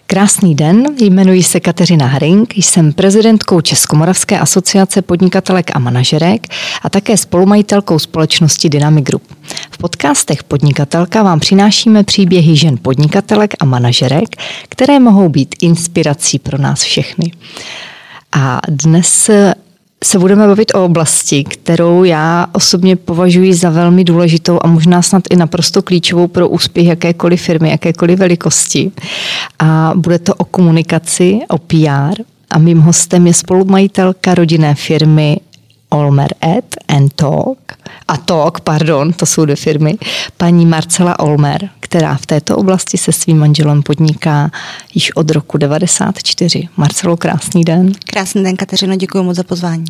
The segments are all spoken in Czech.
Krásný den, jmenuji se Kateřina Haring, jsem prezidentkou Českomoravské asociace podnikatelek a manažerek a také spolumajitelkou společnosti Dynamic Group. V podcastech Podnikatelka vám přinášíme příběhy žen podnikatelek a manažerek, které mohou být inspirací pro nás všechny. A dnes se budeme bavit o oblasti, kterou já osobně považuji za velmi důležitou a možná snad i naprosto klíčovou pro úspěch jakékoliv firmy, jakékoliv velikosti. A bude to o komunikaci, o PR. A mým hostem je spolumajitelka rodinné firmy Olmer Ed & Talk, to jsou dvě firmy, paní Marcela Olmer, která v této oblasti se svým manželem podniká již od roku 1994. Marcelo, krásný den. Krásný den, Kateřino, děkuji moc za pozvání.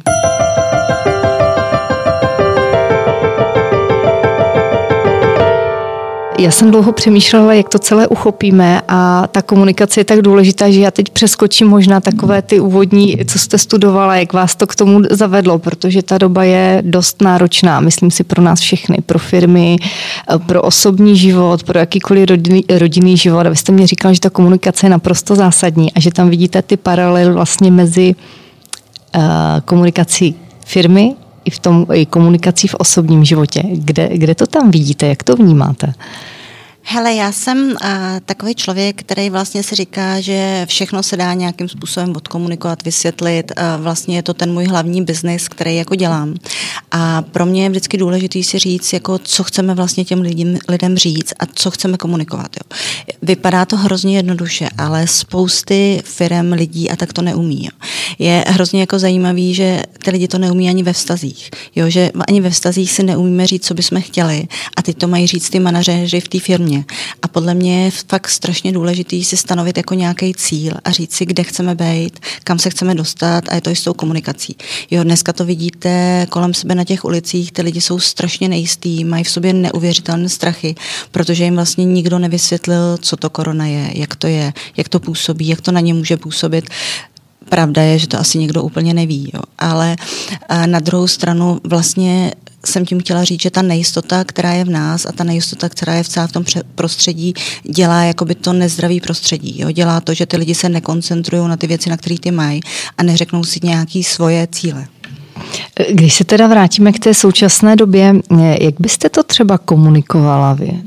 Já jsem dlouho přemýšlela, jak to celé uchopíme a ta komunikace je tak důležitá, že já teď přeskočím možná takové ty úvodní, co jste studovala, jak vás to k tomu zavedlo, protože ta doba je dost náročná, myslím si pro nás všechny, pro firmy, pro osobní život, pro jakýkoliv rodinný život. A vy jste mě říkala, že ta komunikace je naprosto zásadní a že tam vidíte ty paralely vlastně mezi komunikací firmy i komunikací v osobním životě. Kde to tam vidíte, jak to vnímáte? Hele, já jsem takový člověk, který vlastně si říká, že všechno se dá nějakým způsobem odkomunikovat, vysvětlit. Vlastně je to ten můj hlavní biznis, který jako dělám. A pro mě je vždycky důležitý si říct, jako co chceme vlastně těm lidem říct a co chceme komunikovat. Jo. Vypadá to hrozně jednoduše, ale spousty firem, lidí a tak to neumí. Jo. Je hrozně jako zajímavý, že ty lidi to neumí ani ve vztazích. Jo, že ani ve vztazích si neumíme říct, co bychom chtěli. A teď to mají říct ty manažeři v té firmě. A podle mě je fakt strašně důležitý si stanovit jako nějaký cíl a říct si, kde chceme být, kam se chceme dostat a je to i s tou komunikací. Jo, dneska to vidíte kolem sebe na těch ulicích, ty lidi jsou strašně nejistý, mají v sobě neuvěřitelné strachy, protože jim vlastně nikdo nevysvětlil, co to korona je, jak to působí, jak to na ně může působit. Pravda je, že to asi někdo úplně neví, jo. Ale na druhou stranu vlastně jsem tím chtěla říct, že ta nejistota, která je v nás a ta nejistota, která je v celém tom prostředí, dělá jakoby to nezdravý prostředí. Jo? Dělá to, že ty lidi se nekoncentrují na ty věci, na které ty mají a neřeknou si nějaké svoje cíle. Když se teda vrátíme k té současné době, jak byste to třeba komunikovala vy?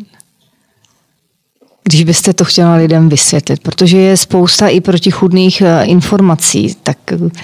Když byste to chtěla lidem vysvětlit, protože je spousta i protichůdných informací, tak...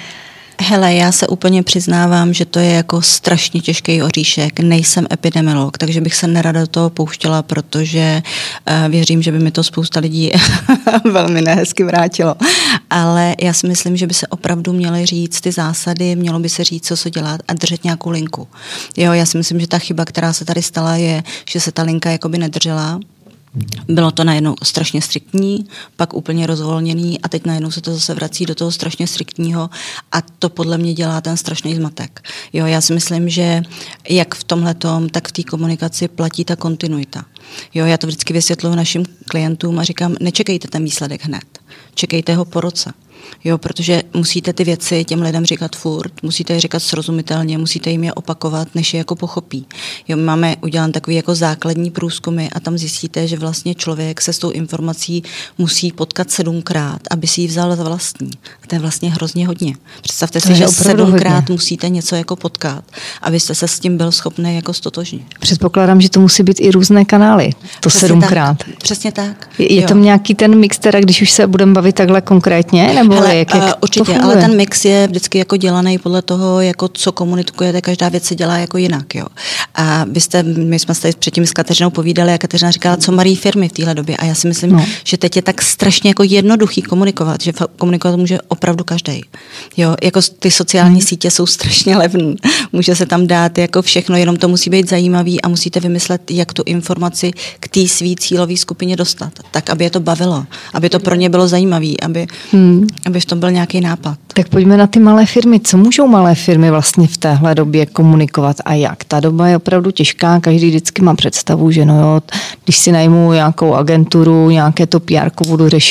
Hele, já se úplně přiznávám, že to je jako strašně těžký oříšek. Nejsem epidemiolog, takže bych se nerada do toho pouštěla, protože věřím, že by mi to spousta lidí velmi nehezky vrátilo. Ale já si myslím, že by se opravdu měly říct ty zásady, mělo by se říct, co se dělat a držet nějakou linku. Jo, já si myslím, že ta chyba, která se tady stala, je, že se ta linka jakoby nedržela. Bylo to najednou strašně striktní, pak úplně rozvolněný a teď najednou se to zase vrací do toho strašně striktního a to podle mě dělá ten strašný zmatek. Jo, já si myslím, že jak v tomhletom, tak v té komunikaci platí ta kontinuita. Jo, já to vždycky vysvětluji našim klientům a říkám, nečekejte ten výsledek hned, čekejte ho po roce. Jo, protože musíte ty věci těm lidem říkat furt, musíte je říkat srozumitelně, musíte jim je opakovat, než je jako pochopí. Jo, my máme udělan takový jako základní průzkumy a tam zjistíte, že vlastně člověk se s tou informací musí potkat 7krát, aby si ji vzal za vlastní. A to je vlastně hrozně hodně. Představte si, že 7krát musíte něco jako potkat, abyste se s tím byl schopný jako stotožnit. Předpokládám, že to musí být i různé kanály. To 7krát. Přesně tak. Je tam nějaký ten mix, teda, když už se budeme bavit takhle konkrétně, nebo hele, určitě, ale ten mix je vždycky jako dělaný podle toho, jako co komunikujete, každá věc se dělá jako jinak, jo. A my jsme se předtím s Kateřinou povídali a Kateřina říkala, co mají firmy v téhle době a já si myslím, že teď je tak strašně jako jednoduchý komunikovat, že komunikovat může opravdu každý. Jo, jako ty sociální sítě jsou strašně levný. Může se tam dát jako všechno, jenom to musí být zajímavý a musíte vymyslet, jak tu informaci k té svý cílové skupině dostat, tak aby je to bavilo, aby to pro ně bylo zajímavý, aby v tom byl nějaký nápad. Tak pojďme na ty malé firmy. Co můžou malé firmy vlastně v téhle době komunikovat a jak? Ta doba je opravdu těžká, každý vždycky má představu, že no jo, když si najmu nějakou agenturu, nějaké to PR budu řešit, tak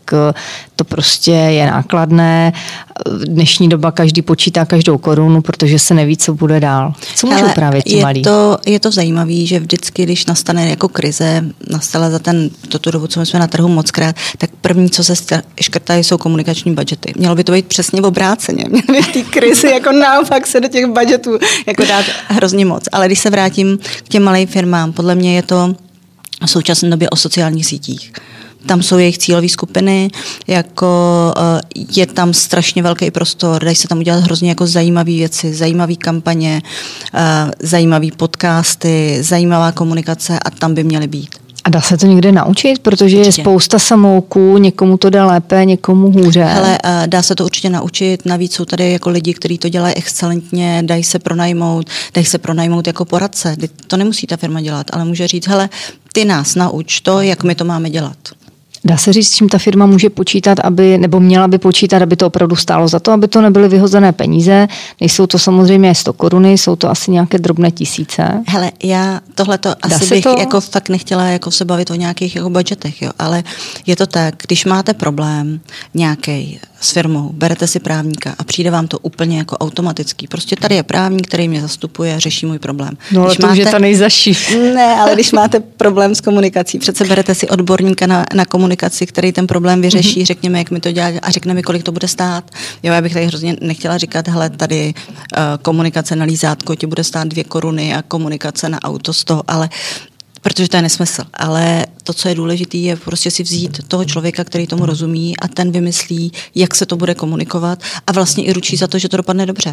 to prostě je nákladné. Dnešní doba každý počítá každou korunu, protože se neví, co bude dál. Co můžou právě ti malí? Je to zajímavé, že vždycky, když nastane jako krize, nastala za tu dobu, co my jsme na trhu mockrát, tak první, co se škrtají, jsou komunikační budžety. Mělo by to být přesně obráceně. Mělo by v té krizi jako naopak se do těch budžetů jako dát hrozně moc. Ale když se vrátím k těm malým firmám, podle mě je to v současné době o sociálních sítích. Tam jsou jejich cílové skupiny, jako je tam strašně velký prostor, dají se tam udělat hrozně jako zajímavé věci, zajímavé kampaně, zajímavé podcasty, zajímavá komunikace a tam by měly být. A dá se to někde naučit? Protože určitě. Je spousta samouků, někomu to jde lépe, někomu hůře. Hele, dá se to určitě naučit, navíc jsou tady jako lidi, kteří to dělají excelentně, dají se pronajmout jako poradce. To nemusí ta firma dělat, ale může říct, hele, ty nás nauč to, jak my to máme dělat. Dá se říct, s čím ta firma může počítat, nebo měla by počítat, aby to opravdu stálo za to, aby to nebyly vyhozené peníze. Nejsou to samozřejmě 100 koruny, jsou to asi nějaké drobné tisíce. Hele, já tohleto asi bych jako fakt nechtěla jako se bavit o nějakých jako budžetech, jo, ale je to tak, když máte problém nějaký s firmou, berete si právníka a přijde vám to úplně jako automatický. Prostě tady je právník, který mě zastupuje, řeší můj problém. No ale to už je ta nejzaší. Ne, ale když máte problém s komunikací, přece berete si odborníka na komunikaci, který ten problém vyřeší, řekněme, jak mi to dělat a řekne mi, kolik to bude stát. Jo, já bych tady hrozně nechtěla říkat, hele, tady komunikace na lízátko ti bude stát 2 koruny a komunikace na auto 100, ale protože to je nesmysl. Ale to, co je důležité, je prostě si vzít toho člověka, který tomu rozumí a ten vymyslí, jak se to bude komunikovat a vlastně i ručí za to, že to dopadne dobře.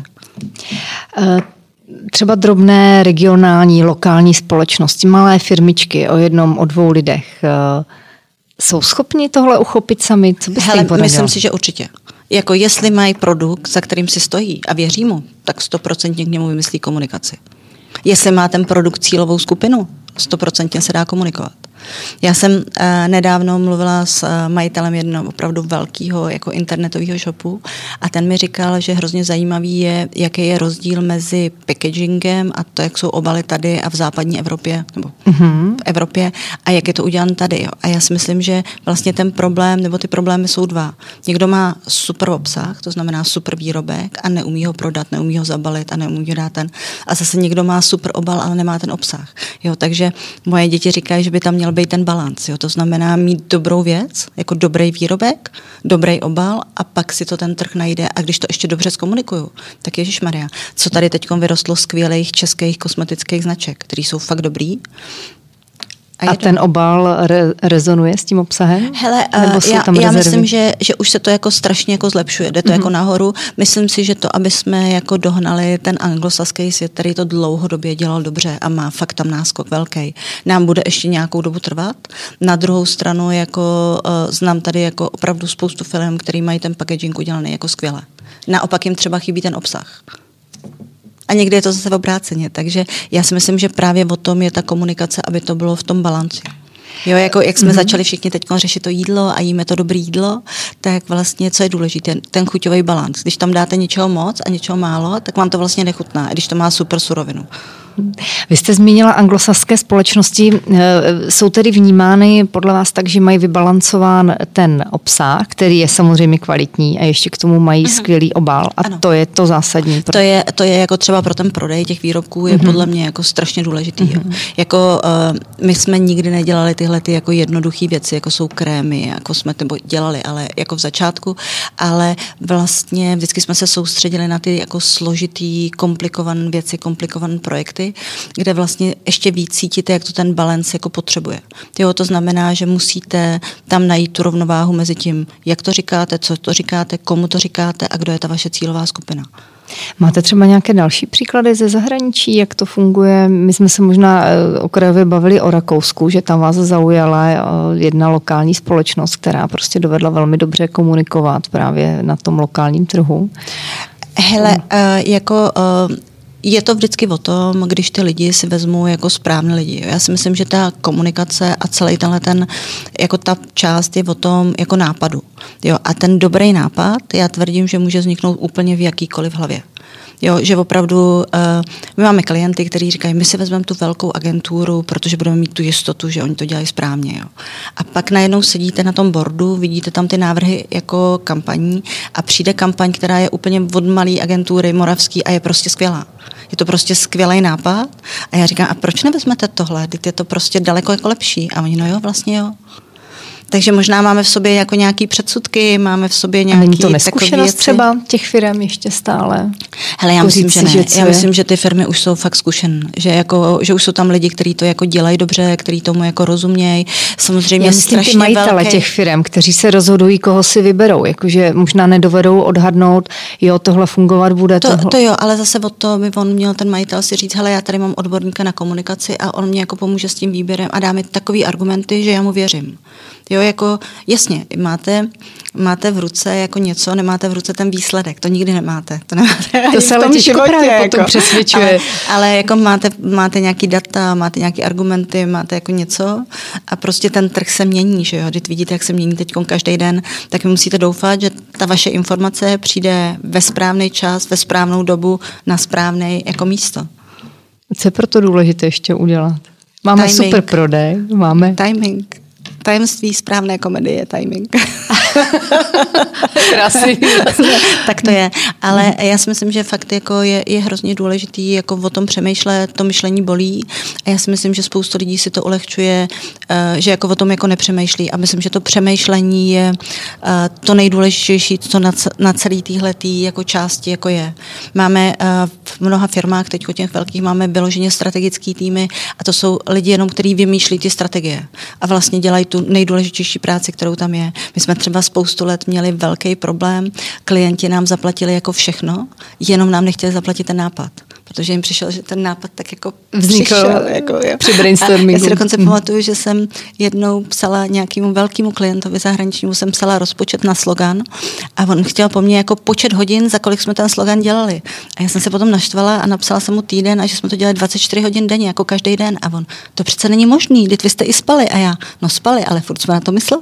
Třeba drobné regionální, lokální společnosti, malé firmičky o 1, o 2 lidech. Jsou schopni tohle uchopit sami? Co byste jim poradila? Myslím si, že určitě. Jako jestli mají produkt, za kterým si stojí a věří mu, tak 100% k němu vymyslí komunikaci. Jestli má ten produkt cílovou skupinu, 100% se dá komunikovat. Já jsem nedávno mluvila s majitelem jednoho opravdu velkého jako internetového shopu a ten mi říkal, že hrozně zajímavý je, jaký je rozdíl mezi packagingem a to, jak jsou obaly tady a v západní Evropě, nebo v Evropě a jak je to udělané tady. Jo. A já si myslím, že vlastně ten problém, nebo ty problémy jsou 2. Někdo má super obsah, to znamená super výrobek a neumí ho prodat, neumí ho zabalit a neumí ho dát ten. A zase někdo má super obal, ale nemá ten obsah. Jo, takže moje děti říkají, že by tam měl být ten balanc. Jo? To znamená mít dobrou věc, jako dobrý výrobek, dobrý obal a pak si to ten trh najde a když to ještě dobře zkomunikuju, tak ježišmarja, co tady teďkom vyrostlo skvělých českých kosmetických značek, který jsou fakt dobrý. A ten obal rezonuje s tím obsahem? Hele, já myslím, že už se to jako strašně jako zlepšuje, jde to jako nahoru. Myslím si, že to, aby jsme jako dohnali ten anglosaský svět, který to dlouhodobě dělal dobře a má fakt tam náskok velký, nám bude ještě nějakou dobu trvat. Na druhou stranu jako znám tady jako opravdu spoustu firm, který mají ten packaging udělaný jako skvěle. Naopak jim třeba chybí ten obsah. A někdy je to zase obráceně, takže já si myslím, že právě o tom je ta komunikace, aby to bylo v tom balanci. Jo, jako jak jsme začali všichni teď řešit to jídlo a jíme to dobré jídlo, tak vlastně, co je důležité, ten chuťový balans. Když tam dáte něčeho moc a něčeho málo, tak vám to vlastně nechutná, když to má super surovinu. Vy jste zmínila anglosaské společnosti. Jsou tedy vnímány podle vás tak, že mají vybalancován ten obsah, který je samozřejmě kvalitní a ještě k tomu mají skvělý obal a to je to zásadní. To je jako třeba pro ten prodej těch výrobků je podle mě jako strašně důležitý. Jo. Jako my jsme nikdy nedělali tyhle ty jako jednoduché věci, jako jsou krémy, jako jsme to dělali, ale jako v začátku, ale vlastně vždycky jsme se soustředili na ty jako složitý, komplikované věci, komplikované projekty, kde vlastně ještě víc cítíte, jak to ten balans jako potřebuje. Jo, to znamená, že musíte tam najít tu rovnováhu mezi tím, jak to říkáte, co to říkáte, komu to říkáte a kdo je ta vaše cílová skupina. Máte třeba nějaké další příklady ze zahraničí, jak to funguje? My jsme se možná okrajově bavili o Rakousku, že tam vás zaujala jedna lokální společnost, která prostě dovedla velmi dobře komunikovat právě na tom lokálním trhu. Hele, je to vždycky o tom, když ty lidi si vezmou jako správné lidi. Já si myslím, že ta komunikace a celý jako ta část je o tom jako nápadu. Jo, a ten dobrý nápad, já tvrdím, že může vzniknout úplně v jakýkoliv hlavě. Jo, že opravdu my máme klienty, kteří říkají, my si vezmeme tu velkou agenturu, protože budeme mít tu jistotu, že oni to dělají správně. Jo. A pak najednou sedíte na tom boardu, vidíte tam ty návrhy jako kampaní a přijde kampaň, která je úplně od malé agentury moravský a je prostě skvělá. Je to prostě skvělý nápad a já říkám, a proč nevezmete tohle? Teď je to prostě daleko jako lepší. A oni, no jo, vlastně jo. Takže možná máme v sobě jako nějaký předsudky, máme v sobě nějaký takový. Není to neskušenost třeba těch firm ještě stále? Hele, já myslím, že ne. Já myslím, že ty firmy už jsou fakt zkušené, že už jsou tam lidi, kteří to jako dělají dobře, kteří tomu jako rozumějí. Samozřejmě strašně ty majitele těch firm, kteří se rozhodují, koho si vyberou, jakože možná nedovedou odhadnout, jo, tohle fungovat bude. To jo, ale zase od toho by on měl ten majitel si říct, hele, já tady mám odborníka na komunikaci a on mě jako pomůže s tím výběrem a dá mi takový argumenty, že já mu věřím. Jo, jako jasně, máte v ruce jako něco, nemáte v ruce ten výsledek, to nikdy nemáte. To se ale těžko právě jako, potom přesvědčuje. Ale jako máte nějaký data, máte nějaký argumenty, máte jako něco a prostě ten trh se mění, že jo, když vidíte, jak se mění teď každý den, tak vy musíte doufat, že ta vaše informace přijde ve správný čas, ve správnou dobu, na správné jako místo. Co je proto důležité ještě udělat? Máme timing. Super prodej, máme timing. Tajemství správné komedie je timing. Krásný. Tak to je. Ale já si myslím, že fakt jako je hrozně důležitý jako o tom přemýšlet, to myšlení bolí. A já si myslím, že spoustu lidí si to ulehčuje, že jako o tom jako nepřemýšlí. A myslím, že to přemýšlení je to nejdůležitější, co na celý téhletý jako části jako je. Máme v mnoha firmách, teď těch velkých, máme vyloženě strategický týmy a to jsou lidi jenom, kteří vymýšlí ty strategie. A vlastně dělají tu nejdůležitější práci, kterou tam je. My jsme třeba spoustu let měli velký problém, klienti nám zaplatili jako všechno, jenom nám nechtěli zaplatit ten nápad, protože jim přišel, že ten nápad tak jako přišel. Jako, při brainstormingu. Já si dokonce pamatuju, že jsem jednou psala nějakému velkému klientovi zahraničnímu, jsem psala rozpočet na slogan a on chtěl po mně jako počet hodin, za kolik jsme ten slogan dělali. A já jsem se potom naštvala a napsala jsem mu týden a že jsme to dělali 24 hodin denně, jako každý den. A on, to přece není možný, vždyť vy jste i spali. A já, no spali, ale furt jsme na to mysleli.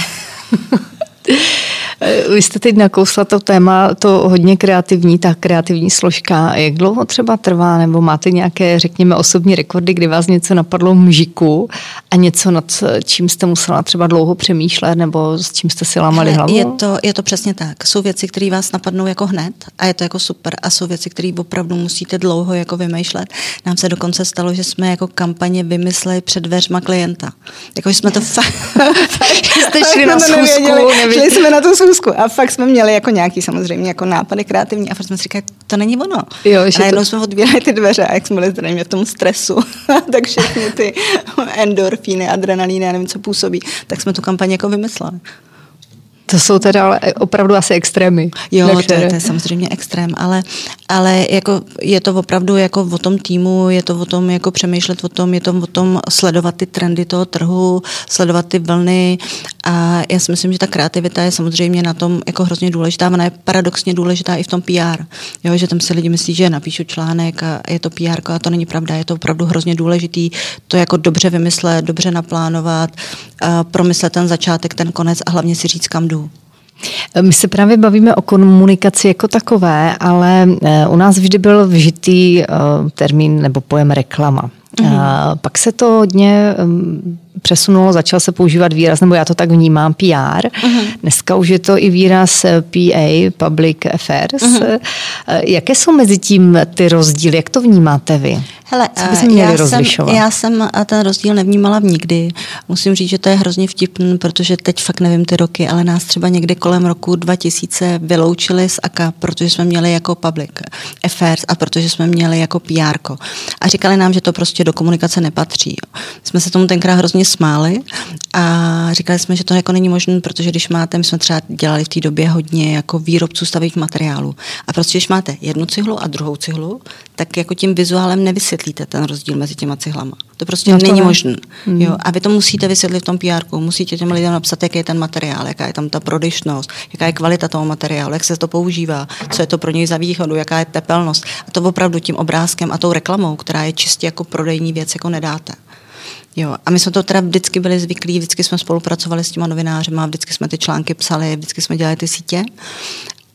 Vy jste teď nakousla to téma, to hodně kreativní, ta kreativní složka. Jak dlouho třeba trvá, nebo máte nějaké, řekněme, osobní rekordy, kdy vás něco napadlo v mžiku a něco, nad čím jste musela třeba dlouho přemýšlet, nebo s čím jste si lámali hlavu? Je to přesně tak. Jsou věci, které vás napadnou jako hned a je to jako super a jsou věci, které opravdu musíte dlouho jako vymýšlet. Nám se dokonce stalo, že jsme jako kampaně vymysleli před dveřma klienta. Jako jsme to jste šli na schůzku, šli jsme na tu schůzku a fakt jsme měli jako nějaký samozřejmě jako nápady kreativní a fakt jsme si říkali, to není ono. Jo, a najednou jsme otvírali ty dveře a jak jsme byli zřejmě v tom stresu, tak všechny ty endorfíny, adrenalíny, já nevím, co působí, tak jsme tu kampaň jako vymysleli. To jsou teda ale opravdu asi extrémy. Jo, to je samozřejmě extrém, ale jako je to opravdu jako o tom týmu, je to o tom jako přemýšlet o tom, je to o tom sledovat ty trendy toho trhu, sledovat ty vlny a já si myslím, že ta kreativita je samozřejmě na tom jako hrozně důležitá, ona je paradoxně důležitá i v tom PR, jo, že tam si lidi myslí, že napíšu článek a je to PR a to není pravda, je to opravdu hrozně důležitý, to jako dobře vymyslet, dobře naplánovat, promyslet ten začátek, ten konec a hlavně si říct, kam jdu. My se právě bavíme o komunikaci jako takové, ale u nás vždy byl vžitý termín nebo pojem reklama. Pak se to hodně přesunulo, začal se používat výraz, nebo já to tak vnímám, PR. Dneska už je to i výraz PA, Public Affairs. Jaké jsou mezi tím ty rozdíly? Jak to vnímáte vy? Hele, já jsem ten rozdíl nevnímala nikdy. Musím říct, že to je hrozně vtipný, protože teď fakt nevím ty roky, ale nás třeba někde kolem roku 2000 vyloučili z AKA, protože jsme měli jako Public Affairs a protože jsme měli jako PR. A říkali nám, že to prostě do komunikace nepatří. Jsme se tomu tenkrát hrozně smáli a říkali jsme, že to jako není možné, protože když máte, my jsme třeba dělali v té době hodně jako výrobců stavebních materiálů a prostě když máte jednu cihlu a druhou cihlu, tak jako tím vizuálem nevysvětlíte ten rozdíl mezi těma cihlama. To prostě není možné. Jo? A vy to musíte vysvětlit v tom PR-ku, musíte těm lidem napsat, jaký je ten materiál, jaká je tam ta prodejšnost, jaká je kvalita toho materiálu, jak se to používá, co je to pro něj za výhodu, jaká je tepelnost. A to opravdu tím obrázkem a tou reklamou, která je čistě jako prodejní věc, jako nedáte. Jo, a my jsme to teda vždycky byli zvyklí, vždycky jsme spolupracovali s těma novinářema, vždycky jsme ty články psali, vždycky jsme dělali ty sítě.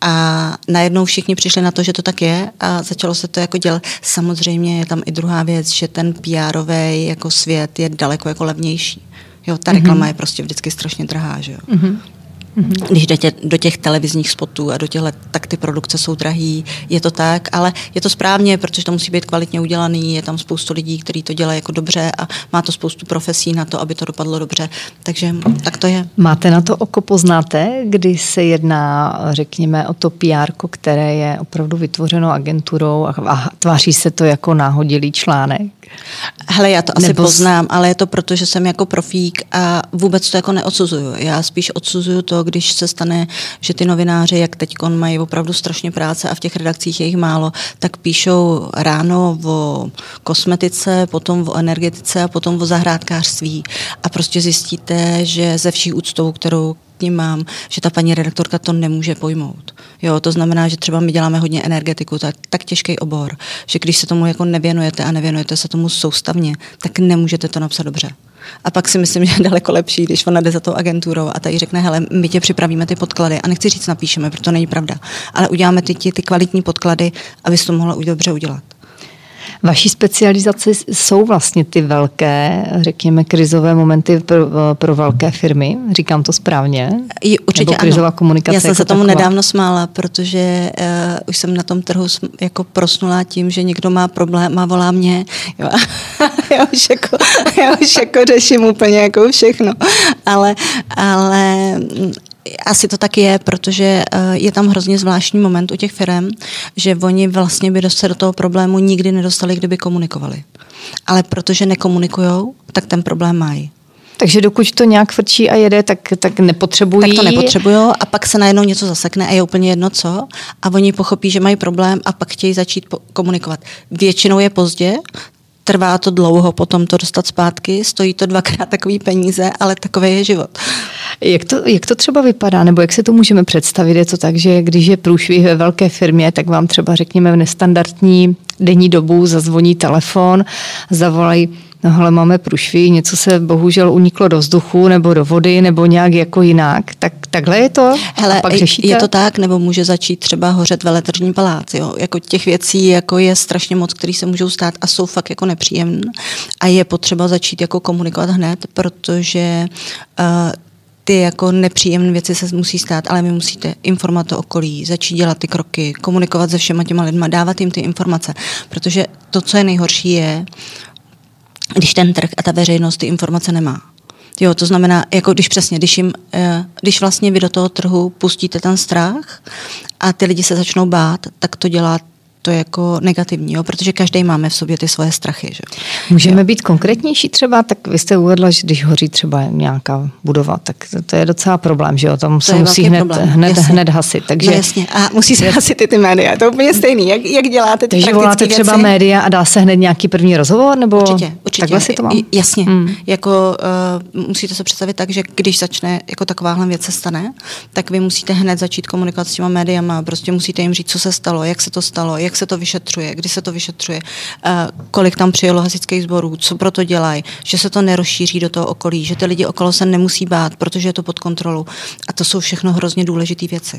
A najednou všichni přišli na to, že to tak je a začalo se to jako dělat. Samozřejmě je tam i druhá věc, že ten PR-ový jako svět je daleko jako levnější. Jo, ta reklama je prostě vždycky strašně drahá, že jo. Když jdete do těch televizních spotů a do těchto, tak ty produkce jsou drahý, je to tak, ale je to správně, protože to musí být kvalitně udělaný, je tam spoustu lidí, kteří to dělají jako dobře a má to spoustu profesí na to, aby to dopadlo dobře, takže tak to je. Máte na to oko, poznáte, kdy se jedná, řekněme, o to PR, které je opravdu vytvořeno agenturou a tváří se to jako náhodilý článek? Hele, já to asi poznám, ale je to proto, že jsem jako profík a vůbec to jako neodsuzuju. Já spíš odsuzuju to, když se stane, že ty novináři, jak teďkon mají opravdu strašně práce a v těch redakcích je jich málo, tak píšou ráno o kosmetice, potom o energetice a potom o zahrádkářství. A prostě zjistíte, že ze vší úctou, kterou k ním mám, že ta paní redaktorka to nemůže pojmout. Jo, to znamená, že třeba my děláme hodně energetiku, tak těžký obor, že když se tomu jako nevěnujete a nevěnujete se tomu soustavně, tak nemůžete to napsat dobře. A pak si myslím, že je daleko lepší, když ona jde za tou agenturou a ta jí řekne, hele, my tě připravíme ty podklady a nechci říct napíšeme, protože to není pravda, ale uděláme ty kvalitní podklady, abys to mohla dobře udělat. Vaší specializaci jsou vlastně ty velké, řekněme, krizové momenty pro velké firmy. Říkám to správně? Určitě nebo krizová komunikace. Já jsem jako se tomu taková. nedávno smála, protože už jsem na tom trhu jako prosnula tím, že někdo má problém a volá mě. Jo. já už jako řeším úplně jako všechno. Ale asi to tak je, protože je tam hrozně zvláštní moment u těch firem, že oni vlastně by se do toho problému nikdy nedostali, kdyby komunikovali. Ale protože nekomunikujou, tak ten problém mají. Takže dokud to nějak frčí a jede, tak nepotřebují. Tak to nepotřebují a pak se najednou něco zasekne a je úplně jedno co. A oni pochopí, že mají problém a pak chtějí začít komunikovat. Většinou je pozdě, trvá to dlouho potom to dostat zpátky, stojí to 2x takový peníze, ale takový je život. Jak to třeba vypadá, nebo jak se to můžeme představit? Je to tak, že když je průšvih ve velké firmě, tak vám třeba řekněme v nestandardní denní dobu zazvoní telefon, zavolají, no hele, máme průšvih, něco se bohužel uniklo do vzduchu nebo do vody nebo nějak jako jinak. Takhle je to? Hele, a pak řešíte? Je to tak, nebo může začít třeba hořet veletržní palác. Jo? Jako těch věcí jako je strašně moc, které se můžou stát a jsou fakt jako nepříjemné. A je potřeba začít jako komunikovat hned, protože ty jako nepříjemné věci se musí stát, ale vy musíte informovat to okolí, začít dělat ty kroky, komunikovat se všema těma lidma, dávat jim ty informace, protože to, co je nejhorší, je, když ten trh a ta veřejnost ty informace nemá. Jo, to znamená, jako když vlastně vy do toho trhu pustíte ten strach a ty lidi se začnou bát, tak to dělá to jako negativní, jo? Protože každý máme v sobě ty svoje strachy. Že? Můžeme být konkrétnější třeba? Tak vy jste uvedla, že když hoří třeba nějaká budova, tak to je docela problém, že jo? Tam se musí hned hasit. Takže no jasně. A musí se hasit i ty média. To je úplně stejný. Jak děláte ty takže voláte třeba věci? Média a dá se hned nějaký první rozhovor? Nebo Určitě. Takhle si to mám? Jasně. Jako musíte se představit tak, že když začne jako takováhle věc se stane, tak vy musíte hned začít komunikovat s těma médiama. Prostě musíte jim říct, co se stalo, jak se to stalo, jak se to vyšetřuje, kdy se to vyšetřuje, kolik tam přijelo hasičských sborů, co pro to dělají, že se to nerozšíří do toho okolí, že ty lidi okolo se nemusí bát, protože je to pod kontrolou. A to jsou všechno hrozně důležité věci.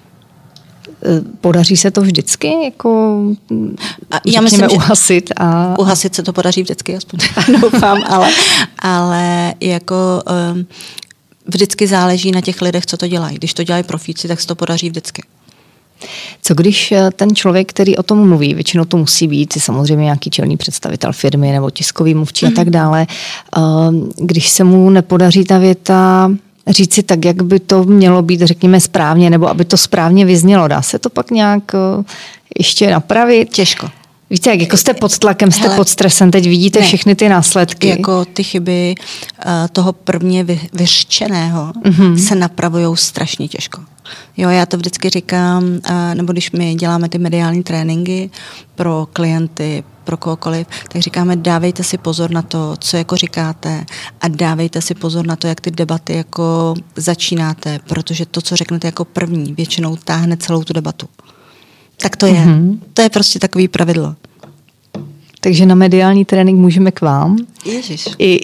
Podaří se to vždycky jako já myslím, uhasit? Uhasit se to podaří vždycky, aspoň doufám, ale jako vždycky záleží na těch lidech, co to dělají. Když to dělají profíci, tak se to podaří vždycky. Co když ten člověk, který o tom mluví, většinou to musí být samozřejmě nějaký čelný představitel firmy nebo tiskový mluvčí a tak dále, když se mu nepodaří ta věta říci tak, jak by to mělo být, řekněme, správně, nebo aby to správně vyznělo, dá se to pak nějak ještě napravit? Těžko. Víte, jak jako jste pod tlakem, jste pod stresem, teď vidíte všechny ty následky. Jako ty chyby toho prvně vyřčeného se napravujou strašně těžko. Jo, já to vždycky říkám, nebo když my děláme ty mediální tréninky pro klienty, pro kohokoliv, tak říkáme, dávejte si pozor na to, co jako říkáte a dávejte si pozor na to, jak ty debaty jako začínáte, protože to, co řeknete jako první, většinou táhne celou tu debatu. Tak to je. To je prostě takový pravidlo. Takže na mediální trénink můžeme k vám. Ježiš.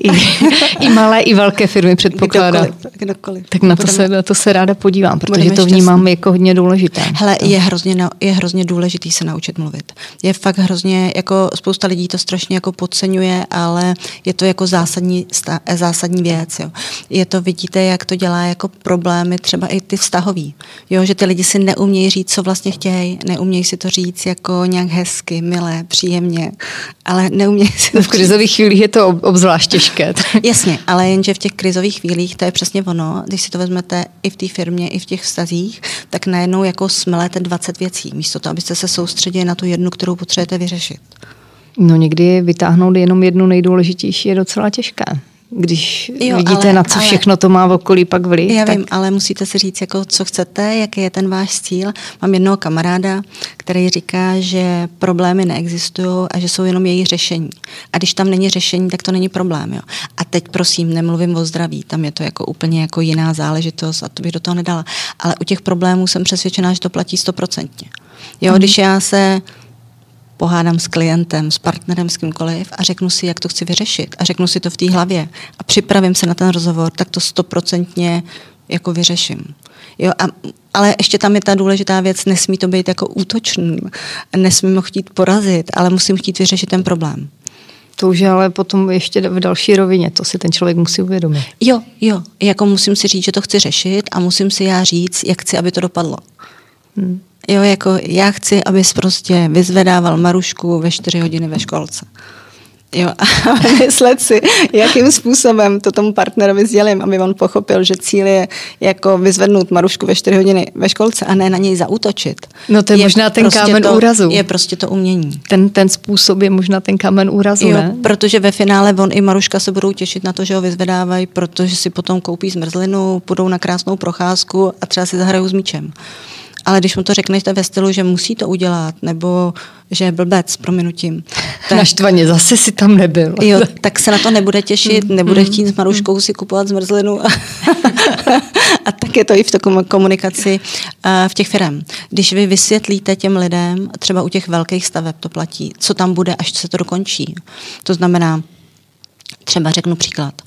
I malé, i velké firmy předpokládám. Kdokoliv. Tak na to se ráda podívám, protože to vnímám jako hodně důležité. Hele, je hrozně důležitý se naučit mluvit. Je fakt hrozně, jako spousta lidí to strašně jako podceňuje, ale je to jako zásadní věc. Jo. Je to, vidíte, jak to dělá jako problémy, třeba i ty vztahový. Jo, že ty lidi si neumějí říct, co vlastně chtějí, neumějí si to říct jako nějak hezky, milé, příjemně, ale neumějí si to v krizových chvílích je to obzvlášť těžké. Jasně, ale jenže v těch krizových chvílích to je přesně ono, když si to vezmete i v té firmě, i v těch vztazích, tak najednou jako smelete 20 věcí, místo toho, abyste se soustředili na tu jednu, kterou potřebujete vyřešit. No někdy vytáhnout jenom jednu nejdůležitější je docela těžké. Když vidíte, na co všechno to má v okolí pak vliv. Já vím, ale musíte si říct, jako, co chcete, jaký je ten váš cíl. Mám jednoho kamaráda, který říká, že problémy neexistují a že jsou jenom jejich řešení. A když tam není řešení, tak to není problém. Jo. A teď prosím, nemluvím o zdraví, tam je to jako úplně jako jiná záležitost a to bych do toho nedala. Ale u těch problémů jsem přesvědčená, že to platí 100%. Jo, když já se pohádám s klientem, s partnerem, s kýmkoliv a řeknu si, jak to chci vyřešit a řeknu si to v té hlavě a připravím se na ten rozhovor, tak to 100% jako vyřeším. Jo, ale ještě tam je ta důležitá věc, nesmí to být jako útočný, nesmím ho chtít porazit, ale musím chtít vyřešit ten problém. To už je ale potom ještě v další rovině, to si ten člověk musí uvědomit. Jo, jako musím si říct, že to chci řešit a musím si já říct, jak chci, aby to dopadlo. Jo, jako já chci, abys prostě vyzvedával Marušku ve 4 hodiny ve školce. Jo, a myslet si, jakým způsobem to tomu partnerovi sdělím, aby on pochopil, že cíl je jako vyzvednout Marušku ve 4 hodiny ve školce a ne na něj zaútočit. No to je možná ten prostě kámen úrazu. Je prostě to umění. Ten způsob je možná ten kámen úrazu, jo, ne? Protože ve finále on i Maruška se budou těšit na to, že ho vyzvedávají, protože si potom koupí zmrzlinu, půjdou na krásnou procházku a třeba si zahrajou s míčem. Ale když mu to řekneš ve stylu, že musí to udělat, nebo že je blbec, prominutím. Naštvaně, zase si tam nebyl. Jo, tak se na to nebude těšit, nebude chtít s Maruškou si kupovat zmrzlinu. A tak je to i v takové komunikaci v těch firem. Když vy vysvětlíte těm lidem, třeba u těch velkých staveb to platí, co tam bude, až se to dokončí. To znamená, třeba řeknu příklad.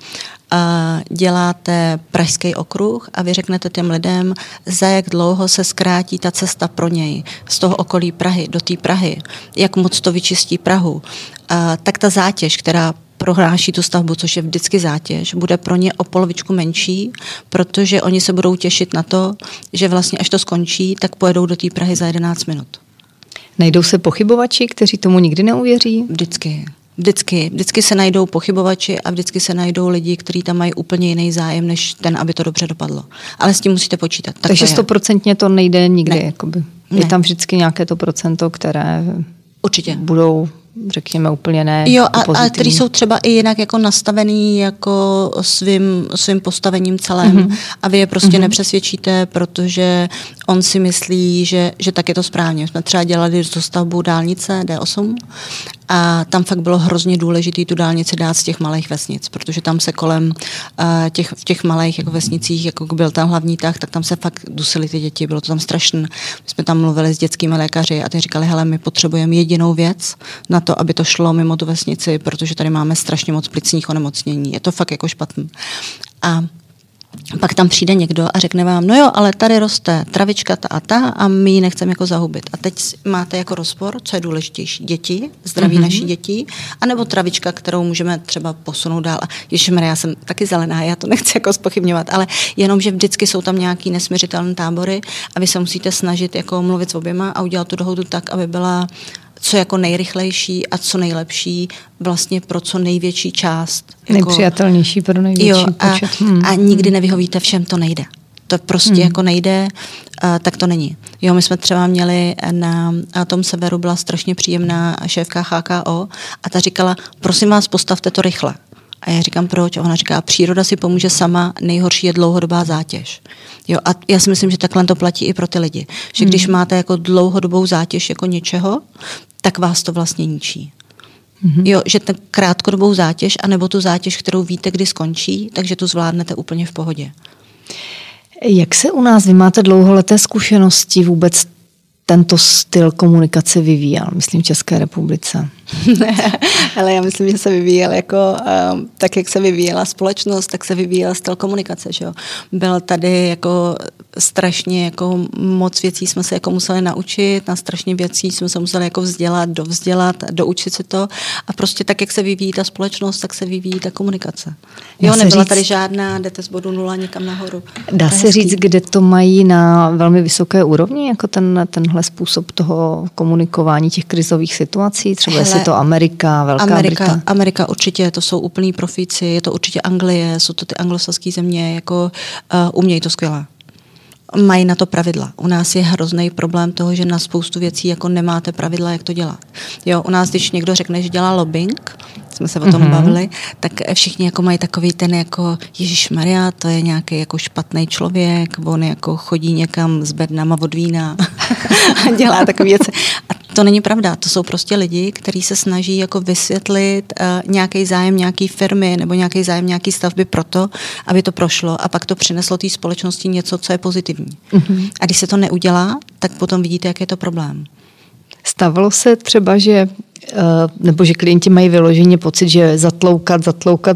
Děláte Pražský okruh a vy řeknete těm lidem, za jak dlouho se zkrátí ta cesta pro něj z toho okolí Prahy do té Prahy, jak moc to vyčistí Prahu, tak ta zátěž, která prohláší tu stavbu, což je vždycky zátěž, bude pro ně o polovičku menší, protože oni se budou těšit na to, že vlastně až to skončí, tak pojedou do té Prahy za 11 minut. Najdou se pochybovači, kteří tomu nikdy neuvěří? Vždycky se najdou pochybovači a vždycky se najdou lidi, kteří tam mají úplně jiný zájem, než ten, aby to dobře dopadlo. Ale s tím musíte počítat. Takže 100% to nejde nikdy. Jakoby. Je tam vždycky nějaké to procento, které určitě budou, řekněme, úplně ne. Jo, a který jsou třeba i jinak jako nastavený jako svým postavením celém. A vy je prostě nepřesvědčíte, protože on si myslí, že tak je to správně. Jsme třeba dělali dostavbu dálnice D8 a tam fakt bylo hrozně důležité tu dálnici dát z těch malých vesnic, protože tam se kolem v těch malých jako vesnicích, jako byl tam hlavní tah, tak tam se fakt dusily ty děti, bylo to tam strašné. My jsme tam mluvili s dětskými lékaři a ty říkali, hele, my potřebujeme jedinou věc na to, aby to šlo mimo tu vesnici, protože tady máme strašně moc plicních onemocnění. Je to fakt jako špatný. A pak tam přijde někdo a řekne vám, no jo, ale tady roste travička ta a ta a my ji nechceme jako zahubit. A teď máte jako rozpor, co je důležitější, děti, zdraví naší dětí, anebo travička, kterou můžeme třeba posunout dál. Ježišmarja, já jsem taky zelená, já to nechci jako zpochybňovat, ale jenom, že vždycky jsou tam nějaký nesměřitelné tábory a vy se musíte snažit jako mluvit s oběma a udělat tu dohodu tak, aby byla co jako nejrychlejší a co nejlepší vlastně pro co největší část. Nejpřijatelnější pro největší počet. A nikdy nevyhovíte všem, to nejde. To prostě jako nejde, tak to není. Jo, my jsme třeba měli na tom severu, byla strašně příjemná šéfka HKO a ta říkala, prosím vás, postavte to rychle. A já říkám, proč? A ona říká, příroda si pomůže sama, nejhorší je dlouhodobá zátěž. Jo, a já si myslím, že takhle to platí i pro ty lidi. Že když máte jako dlouhodobou zátěž jako něčeho, tak vás to vlastně ničí. Jo, že ten krátkodobou zátěž, anebo tu zátěž, kterou víte, kdy skončí, takže tu zvládnete úplně v pohodě. Jak se u nás, vy máte dlouholeté zkušenosti vůbec tento styl komunikace vyvíjel, myslím, v České republice? Ale já myslím, že se vyvíjel jako, tak jak se vyvíjela společnost, tak se vyvíjel styl komunikace, že jo. Byl tady jako strašně jako moc věcí jsme se jako museli naučit, na strašně věcí jsme se museli jako dovzdělat, doučit si to a prostě tak, jak se vyvíjí ta společnost, tak se vyvíjí ta komunikace. Jo, nebyla tady žádná, jdete z bodu 0 někam nahoru. Dá se říct, kde to mají na velmi vysoké úrovni, jako tenhle způsob toho komunikování těch krizových situací, třeba jestli to Amerika, Velká Británie. Amerika určitě, to jsou úplní profíci, je to určitě Anglie, jsou to ty anglosaské země, jako umějí to skvěle. Mají na to pravidla. U nás je hrozný problém toho, že na spoustu věcí jako nemáte pravidla, jak to dělat. Jo, u nás, když někdo řekne, že dělá lobbying, jsme se o tom bavili, tak všichni jako mají takový ten jako Ježišmarja, to je nějaký jako špatný člověk, on jako chodí někam s bednama od vína a dělá takové věci. A to není pravda, to jsou prostě lidi, kteří se snaží jako vysvětlit nějaký zájem nějaký firmy nebo nějaký zájem nějaký stavby proto, aby to prošlo a pak to přineslo té společnosti něco, co je pozitivní. A když se to neudělá, tak potom vidíte, jak je to problém. Stávalo se třeba, že nebo že klienti mají vyloženě pocit, že zatloukat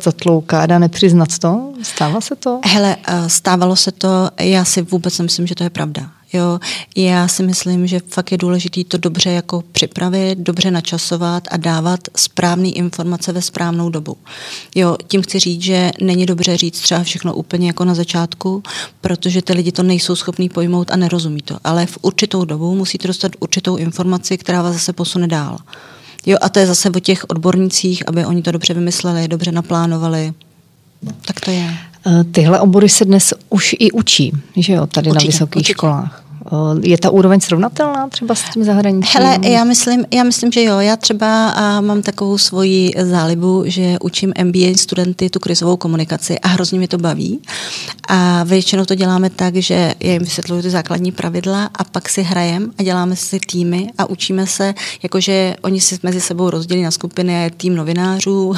a nepřiznat to? Stává se to? Hele, stávalo se to, já si vůbec nemyslím, že to je pravda. Jo, já si myslím, že fakt je důležité to dobře jako připravit, dobře načasovat a dávat správné informace ve správnou dobu. Jo, tím chci říct, že není dobře říct třeba všechno úplně jako na začátku, protože ty lidi to nejsou schopní pojmout a nerozumí to. Ale v určitou dobu musíte dostat určitou informaci, která vás zase posune dál. Jo, a to je zase o těch odbornících, aby oni to dobře vymysleli, dobře naplánovali. Tak to je. Tyhle obory se dnes už i učí, že jo, tady určitě, na vysokých školách. Je ta úroveň srovnatelná třeba s tím zahraničím? Hele, já myslím, že jo. Já třeba mám takovou svoji zálibu, že učím MBA studenty tu krizovou komunikaci a hrozně mě to baví. A většinou to děláme tak, že já jim vysvětluju ty základní pravidla a pak si hrajeme a děláme si týmy a učíme se, jakože oni si mezi sebou rozdělí na skupiny, je tým novinářů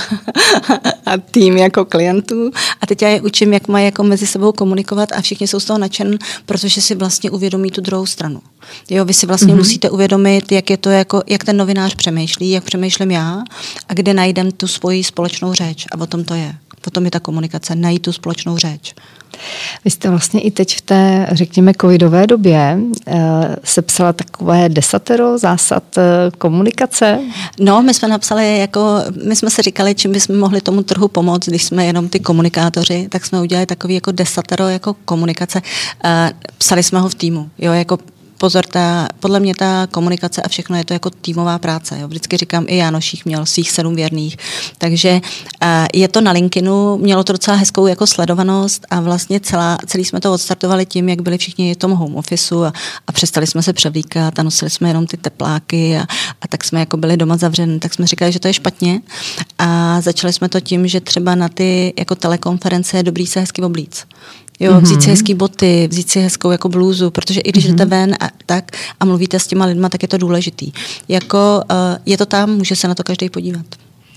a tým jako klientů. A teď já je učím, jak mají jako mezi sebou komunikovat a všichni jsou z toho nadšen, protože si vlastně uvědomí tu druhou stranu. Jo, vy si vlastně musíte uvědomit, jak je to jako, jak ten novinář přemýšlí, jak přemýšlím já a kde najdem tu svoji společnou řeč. A o tom to je. O tom je ta komunikace, najít tu společnou řeč. Vy jste vlastně i teď v té, řekněme, covidové době sepsala takové 10 zásad komunikace. No, my jsme napsali, my jsme si říkali, čím bychom mohli tomu trhu pomoct, když jsme jenom ty komunikátoři, tak jsme udělali takový jako 10 jako komunikace. Psali jsme ho v týmu, jo, jako pozor, podle mě ta komunikace a všechno je to jako týmová práce. Jo. Vždycky říkám, i Jánošík měl svých 7 věrných. Takže je to na LinkedInu, mělo to docela hezkou jako sledovanost a vlastně celý jsme to odstartovali tím, jak byli všichni v tom home officeu a přestali jsme se převlíkat a nosili jsme jenom ty tepláky a tak jsme jako byli doma zavřeni. Tak jsme říkali, že to je špatně a začali jsme to tím, že třeba na ty jako telekonference je dobrý se hezky oblíct. Jo, vzít si hezký boty, vzít si hezkou jako blůzu, protože i když jdete ven a mluvíte s těma lidma, tak je to důležitý. Jako je to tam, může se na to každý podívat.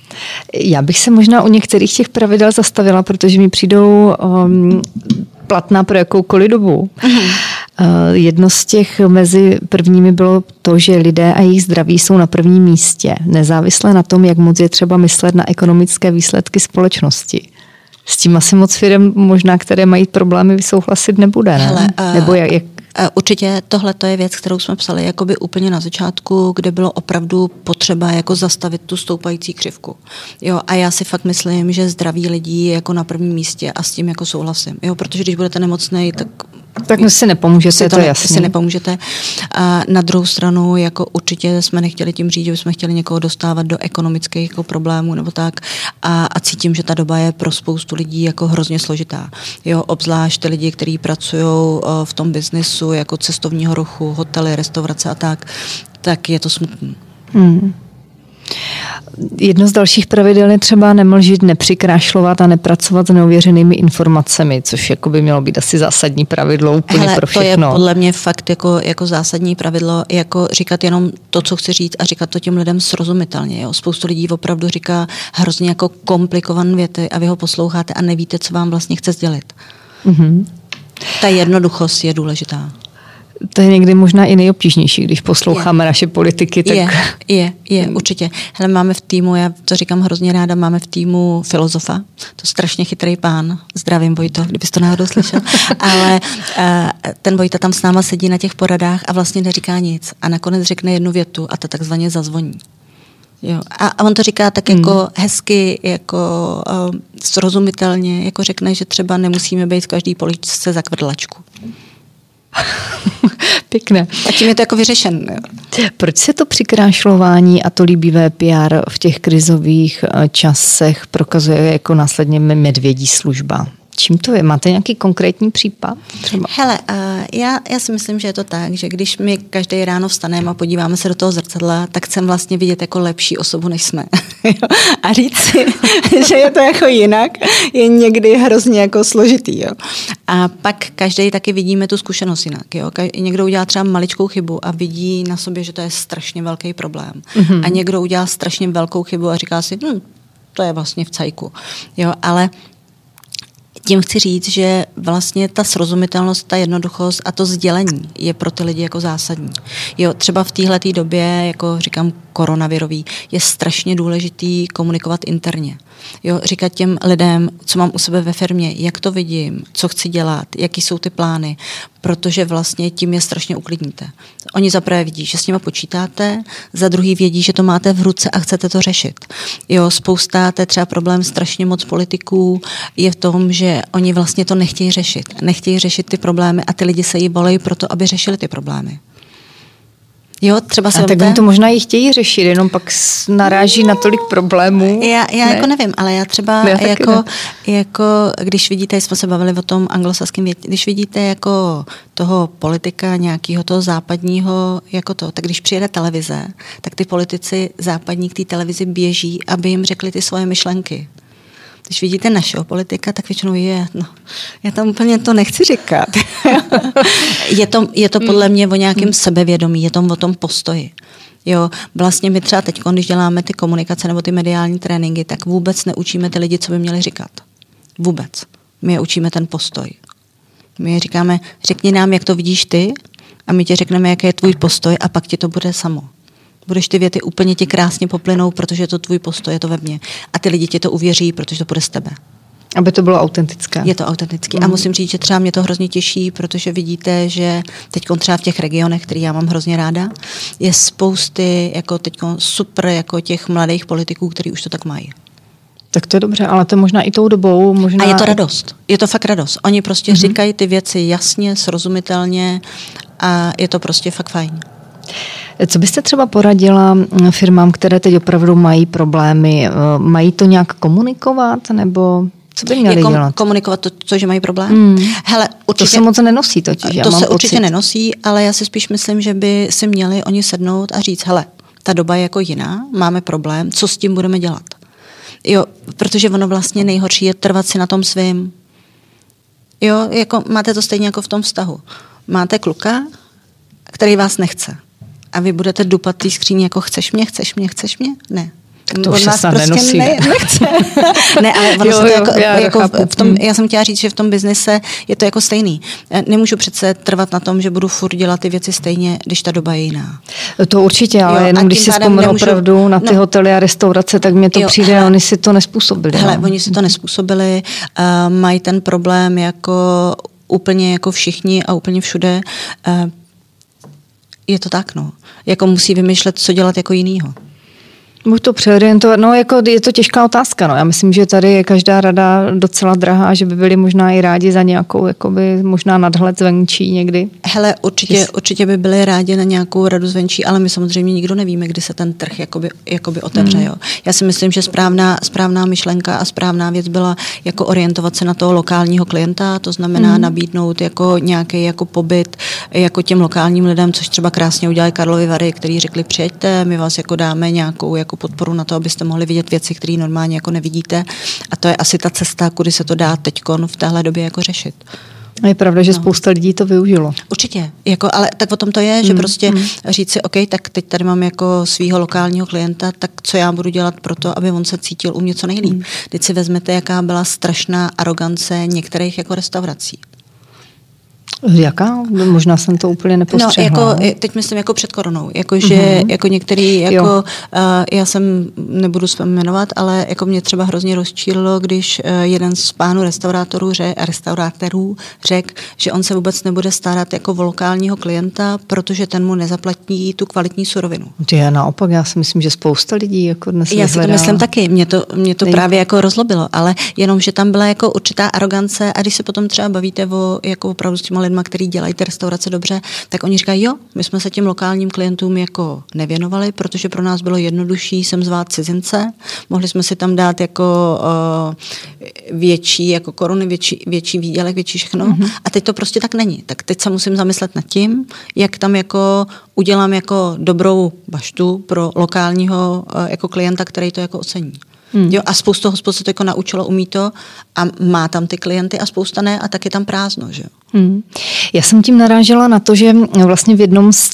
Já bych se možná u některých těch pravidel zastavila, protože mi přijdou platná pro jakoukoliv dobu. Jedno z těch mezi prvními bylo to, že lidé a jejich zdraví jsou na prvním místě, nezávisle na tom, jak moc je třeba myslet na ekonomické výsledky společnosti. S tím asi moc firem možná, které mají problémy, souhlasit nebude, ne? Hele, nebo jak? Určitě tohle to je věc, kterou jsme psali jakoby úplně na začátku, kde bylo opravdu potřeba jako zastavit tu stoupající křivku. Jo, a já si fakt myslím, že zdraví lidí je jako na prvním místě a s tím jako souhlasím. Jo, protože když budete nemocnej, tak si nepomůžete, to jasně. Si nepomůžete. A na druhou stranu, jako určitě jsme nechtěli tím říct, že bychom chtěli někoho dostávat do ekonomických jako problémů nebo tak. A cítím, že ta doba je pro spoustu lidí jako hrozně složitá. Jo, obzvlášť ty lidi, kteří pracují v tom biznesu jako cestovního ruchu, hotely, restaurace a tak je to smutné. Jedno z dalších pravidel je třeba nemlžit, nepřikrášlovat a nepracovat s neověřenými informacemi, což jako by mělo být asi zásadní pravidlo úplně pro všechno. To je podle mě fakt jako zásadní pravidlo, jako říkat jenom to, co chci říct a říkat to těm lidem srozumitelně. Jo. Spoustu lidí opravdu říká hrozně jako komplikované věty a vy ho posloucháte a nevíte, co vám vlastně chce sdělit. Ta jednoduchost je důležitá. To je někdy možná i nejobtížnější, když posloucháme naše politiky. Tak... Je, určitě. Hele, máme v týmu, já to říkám hrozně ráda, máme v týmu filozofa, to strašně chytrý pán, zdravím Vojto, kdybys to náhodou slyšel, ale ten Vojta tam s náma sedí na těch poradách a vlastně neříká nic a nakonec řekne jednu větu a ta takzvaně zazvoní. Jo. A on to říká tak jako hezky, jako srozumitelně, jako řekne, že třeba nemusíme být v každý poličce za kvrdlačku. Pěkné. A tím je to jako vyřešen. Proč se to přikrášlování a to líbivé PR v těch krizových časech prokazuje jako následně medvědí služba? Čím to je? Máte nějaký konkrétní případ? Třeba? Hele, já si myslím, že je to tak, že když my každý ráno vstaneme a podíváme se do toho zrcadla, tak chceme vlastně vidět jako lepší osobu, než jsme. A říct si, že je to jako jinak, je někdy hrozně jako složitý. Jo. A pak každý taky vidíme tu zkušenost jinak. Jo. Někdo udělá třeba maličkou chybu a vidí na sobě, že to je strašně velký problém. Mm-hmm. A někdo udělá strašně velkou chybu a říká si, to je vlastně v cajku. Jo, ale tím chci říct, že vlastně ta srozumitelnost, ta jednoduchost a to sdělení je pro ty lidi jako zásadní. Jo, třeba v téhletý době, jako říkám koronavirový, je strašně důležitý komunikovat interně. Jo, říkat těm lidem, co mám u sebe ve firmě, jak to vidím, co chci dělat, jaký jsou ty plány, protože vlastně tím je strašně uklidníte. Oni za prvé vidí, že s nimi počítáte, za druhý vědí, že to máte v ruce a chcete to řešit. Jo, spousta, to je třeba problém strašně moc politiků, je v tom, že oni vlastně to nechtějí řešit. Nechtějí řešit ty problémy a ty lidi se jí volají proto, aby řešili ty problémy. Jo, třeba se tak oni to možná i chtějí řešit, jenom pak naráží na tolik problémů. Já jako nevím, ale já třeba jako když vidíte, jsme se bavili o tom anglosaském větě, když vidíte jako toho politika nějakého toho západního, jako to, tak když přijede televize, tak ty politici západní k té televizi běží, aby jim řekli ty svoje myšlenky. Když vidíte našeho politika, tak většinou já tam úplně to nechci říkat. je to podle mě o nějakém sebevědomí, je to o tom postoji. Jo, vlastně my třeba teď, když děláme ty komunikace nebo ty mediální tréninky, tak vůbec neučíme ty lidi, co by měli říkat. Vůbec. My je učíme ten postoj. My je říkáme, řekni nám, jak to vidíš ty a my ti řekneme, jaký je tvůj postoj a pak ti to bude samo. Budeš ty věty úplně ti krásně poplynou, protože je to tvůj postoj, je to ve mně. A ty lidi ti to uvěří, protože to bude z tebe. Aby to bylo autentické. Je to autentické. A musím říct, že třeba mě to hrozně těší, protože vidíte, že teď třeba v těch regionech, který já mám hrozně ráda, je spousty jako teď super jako těch mladých politiků, kteří už to tak mají. Tak to je dobře, ale to je možná i tou dobou. Možná... A je to radost. Je to fakt radost. Oni prostě říkají ty věci jasně, srozumitelně a je to prostě fakt fajn. Co byste třeba poradila firmám, které teď opravdu mají problémy? Mají to nějak komunikovat, nebo co by měli dělat? Komunikovat to, že mají problém? Hele, určitě, to se moc nenosí totiž. To se určitě nenosí, ale já si spíš myslím, že by si měli oni sednout a říct, hele, ta doba je jako jiná, máme problém, co s tím budeme dělat? Jo, protože ono vlastně nejhorší je trvat si na tom svým. Jo, jako máte to stejně jako v tom vztahu. Máte kluka, který vás nechce. A vy budete dupat té skříně jako chceš mě? Ne. Tak to už se snad prostě nenosí. Nechce. Ne, ale ono se to jako v tom, já jsem chtěla říct, že v tom biznise je to jako stejný. Nemůžu přece trvat na tom, že budu furt dělat ty věci stejně, když ta doba je jiná. To určitě, ale jenom když si vzpomenu opravdu na ty hotely a restaurace, tak mě to přijde, oni si to nespůsobili. Hele, oni si to nespůsobili, mají ten problém jako úplně jako všichni a úplně všude. Je to tak, Jako musí vymýšlet, co dělat jako jinýho. Můžu to přeorientovat. Jako je to těžká otázka. Já myslím, že tady je každá rada docela drahá, že by byli možná i rádi za nějakou jakoby, možná nadhled zvenčí někdy. Hele, určitě by byli rádi na nějakou radu zvenčí, ale my samozřejmě nikdo nevíme, kdy se ten trh jakoby otevře. Jo. Já si myslím, že správná myšlenka a správná věc byla jako orientovat se na toho lokálního klienta, to znamená nabídnout jako nějaký jako pobyt jako těm lokálním lidem, což třeba krásně udělali Karlovy Vary, kteří řekli, přijeďte, my vás jako dáme nějakou jako podporu na to, abyste mohli vidět věci, které normálně jako nevidíte. A to je asi ta cesta, kudy se to dá teďkon v téhle době jako řešit. A je pravda, že spousta lidí to využilo. Určitě, ale tak o tom to je, že prostě říct si, OK, tak teď tady mám jako svýho lokálního klienta, tak co já budu dělat pro to, aby on se cítil u mě co nejlíp. Teď si vezmete, jaká byla strašná arogance některých jako restaurací. Jaká? Možná jsem to úplně nepostřehla. No, jako, teď myslím jako před koronou. Jakože jako některý, jako, já jsem, nebudu se jmenovat, ale jako mě třeba hrozně rozčílilo, když jeden z pánů restaurátorů řekl, že on se vůbec nebude starat jako o lokálního klienta, protože ten mu nezaplatí tu kvalitní surovinu. Já naopak, já si myslím, že spousta lidí jako dnes já si to myslím taky, mě to právě jako rozlobilo, ale jenom, že tam byla jako určitá arogance a když se potom třeba bavíte o jako opravdu s těma lidma, který dělají ty restaurace dobře, tak oni říkají, jo, my jsme se těm lokálním klientům jako nevěnovali, protože pro nás bylo jednodušší sem zvát cizince, mohli jsme si tam dát jako větší jako koruny, větší výdělek, větší všechno a teď to prostě tak není. Tak teď se musím zamyslet nad tím, jak tam jako udělám jako dobrou baštu pro lokálního jako klienta, který to jako ocení. Jo, a spoustu hospod se to jako naučilo, umí to a má tam ty klienty a spousta ne a tak je tam prázdno. Že? Já jsem tím narážela na to, že vlastně v jednom z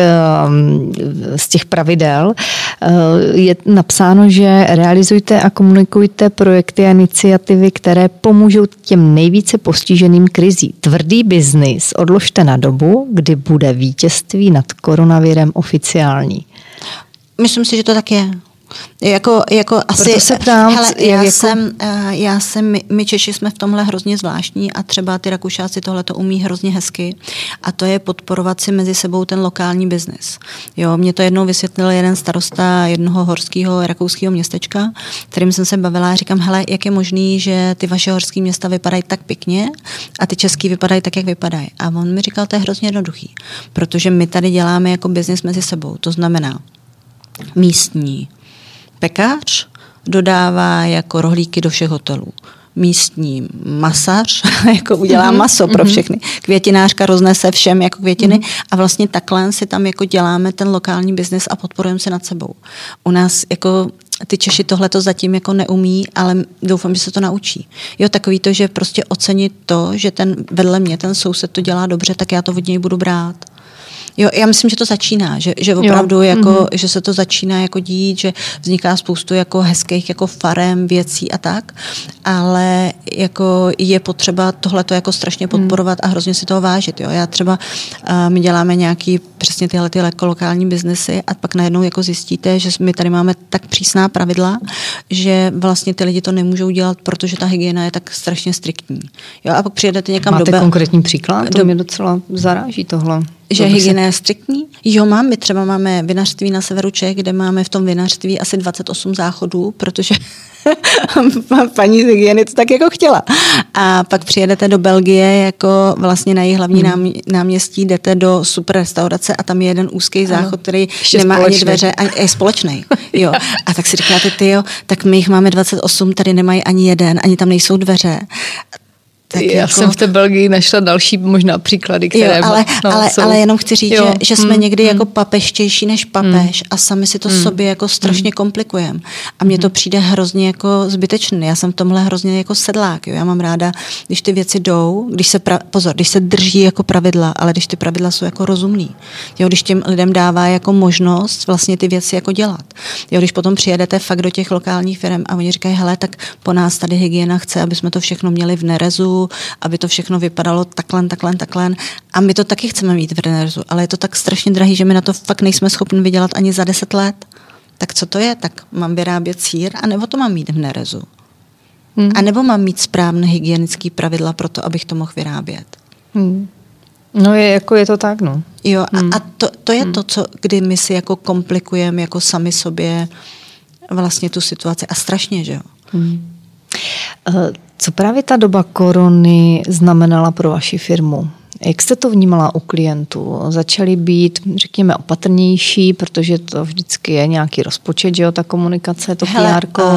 těch pravidel je napsáno, že realizujte a komunikujte projekty a iniciativy, které pomůžou těm nejvíce postiženým krizí. Tvrdý biznis odložte na dobu, kdy bude vítězství nad koronavirem oficiální. Myslím si, že to tak je. Jako asi, proto se ptám, my Češi jsme v tomhle hrozně zvláštní a třeba ty Rakušáci tohle to umí hrozně hezky a to je podporovat si mezi sebou ten lokální biznis. Jo, mě to jednou vysvětlil jeden starosta jednoho horského rakouského městečka, kterým jsem se bavila a říkám, hele, jak je možný, že ty vaše horské města vypadají tak pěkně a ty český vypadají tak, jak vypadají. A on mi říkal, to je hrozně jednoduchý, protože my tady děláme jako biznis mezi sebou. To znamená místní pekař dodává jako rohlíky do všech hotelů. Místní masař jako udělá maso pro všechny. Květinářka roznese všem jako květiny a vlastně takhle si tam jako děláme ten lokální biznis a podporujeme se nad sebou. U nás jako ty Češi tohleto zatím jako neumí, ale doufám, že se to naučí. Jo, takový to, že prostě ocenit to, že ten vedle mě, ten soused to dělá dobře, tak já to od něj budu brát. Jo, já myslím, že to začíná, že opravdu jako, že se to začíná jako dít, že vzniká spoustu jako hezkých jako farem, věcí a tak, ale jako je potřeba tohleto jako strašně podporovat a hrozně si toho vážit. Jo. Já třeba, my děláme nějaký přesně tyhle ty lokální biznesy a pak najednou jako zjistíte, že my tady máme tak přísná pravidla, že vlastně ty lidi to nemůžou dělat, protože ta hygiena je tak strašně striktní. Jo, a pak přijedete někam Máte konkrétní příklad? To mě docela zaráží tohle. Že hygiena je striktní? Jo, my třeba máme vinařství na severu Čech, kde máme v tom vinařství asi 28 záchodů, protože paní z hygieny to tak jako chtěla. A pak přijedete do Belgie, jako vlastně na její hlavní náměstí, jdete do super restaurace a tam je jeden úzký záchod, který nemá ani dveře, je společný. Jo. A tak si říkáte, tak my jich máme 28, tady nemají ani jeden, ani tam nejsou dveře. Já jsem v té Belgii našla další možná příklady, které... Jo, ale jenom chci říct, že jsme někdy jako papeštější než papež a sami si to sobě jako strašně komplikujeme. A mně to přijde hrozně jako zbytečné. Já jsem v tomhle hrozně jako sedlák. Jo. Já mám ráda, když ty věci jdou, když se drží jako pravidla, ale když ty pravidla jsou jako rozumný. Jo, když těm lidem dává jako možnost vlastně ty věci jako dělat. Jo, když potom přijedete fakt do těch lokálních firm a oni říkají, hele, tak po nás tady hygiena chce, aby jsme to všechno měli v nerezu, aby to všechno vypadalo takhle. A my to taky chceme mít v nerezu, ale je to tak strašně drahý, že my na to fakt nejsme schopni vydělat ani za 10 let. Tak co to je? Tak mám vyrábět sýr, anebo to mám mít v nerezu? A nebo mám mít správné hygienické pravidla pro to, abych to mohl vyrábět? No je to tak, no. Jo, a to je to, kdy my si jako komplikujeme jako sami sobě vlastně tu situaci. A strašně, že jo? Co právě ta doba korony znamenala pro vaši firmu? Jak jste to vnímala u klientů? Začali být, řekněme, opatrnější, protože to vždycky je nějaký rozpočet, že jo, ta komunikace, to PR-ko.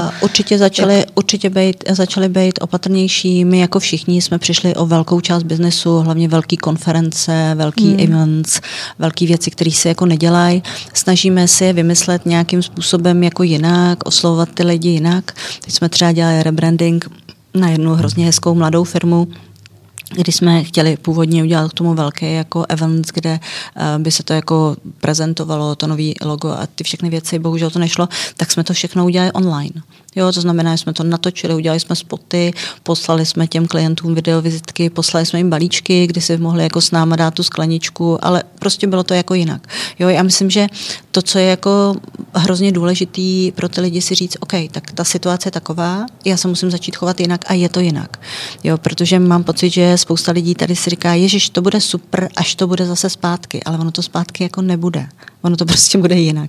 Začali být opatrnější. My jako všichni jsme přišli o velkou část biznesu, hlavně velké konference, velký events, velké věci, které se jako nedělají. Snažíme si je vymyslet nějakým způsobem jako jinak, oslovovat ty lidi jinak. Teď jsme třeba dělali rebranding na jednu hrozně hezkou mladou firmu, kdy jsme chtěli původně udělat k tomu velký jako event, kde by se to jako prezentovalo, to nový logo a ty všechny věci, bohužel to nešlo, tak jsme to všechno udělali online. Jo, to znamená, že jsme to natočili, udělali jsme spoty, poslali jsme těm klientům videovizitky, poslali jsme jim balíčky, kdy si mohli jako s náma dát tu skleničku, ale prostě bylo to jako jinak. Jo, já myslím, že to, co je jako hrozně důležitý pro ty lidi si říct, OK, tak ta situace je taková, já se musím začít chovat jinak a je to jinak. Jo, protože mám pocit, že spousta lidí tady si říká, ježiš, to bude super, až to bude zase zpátky, ale ono to zpátky jako nebude. Ono to prostě bude jinak.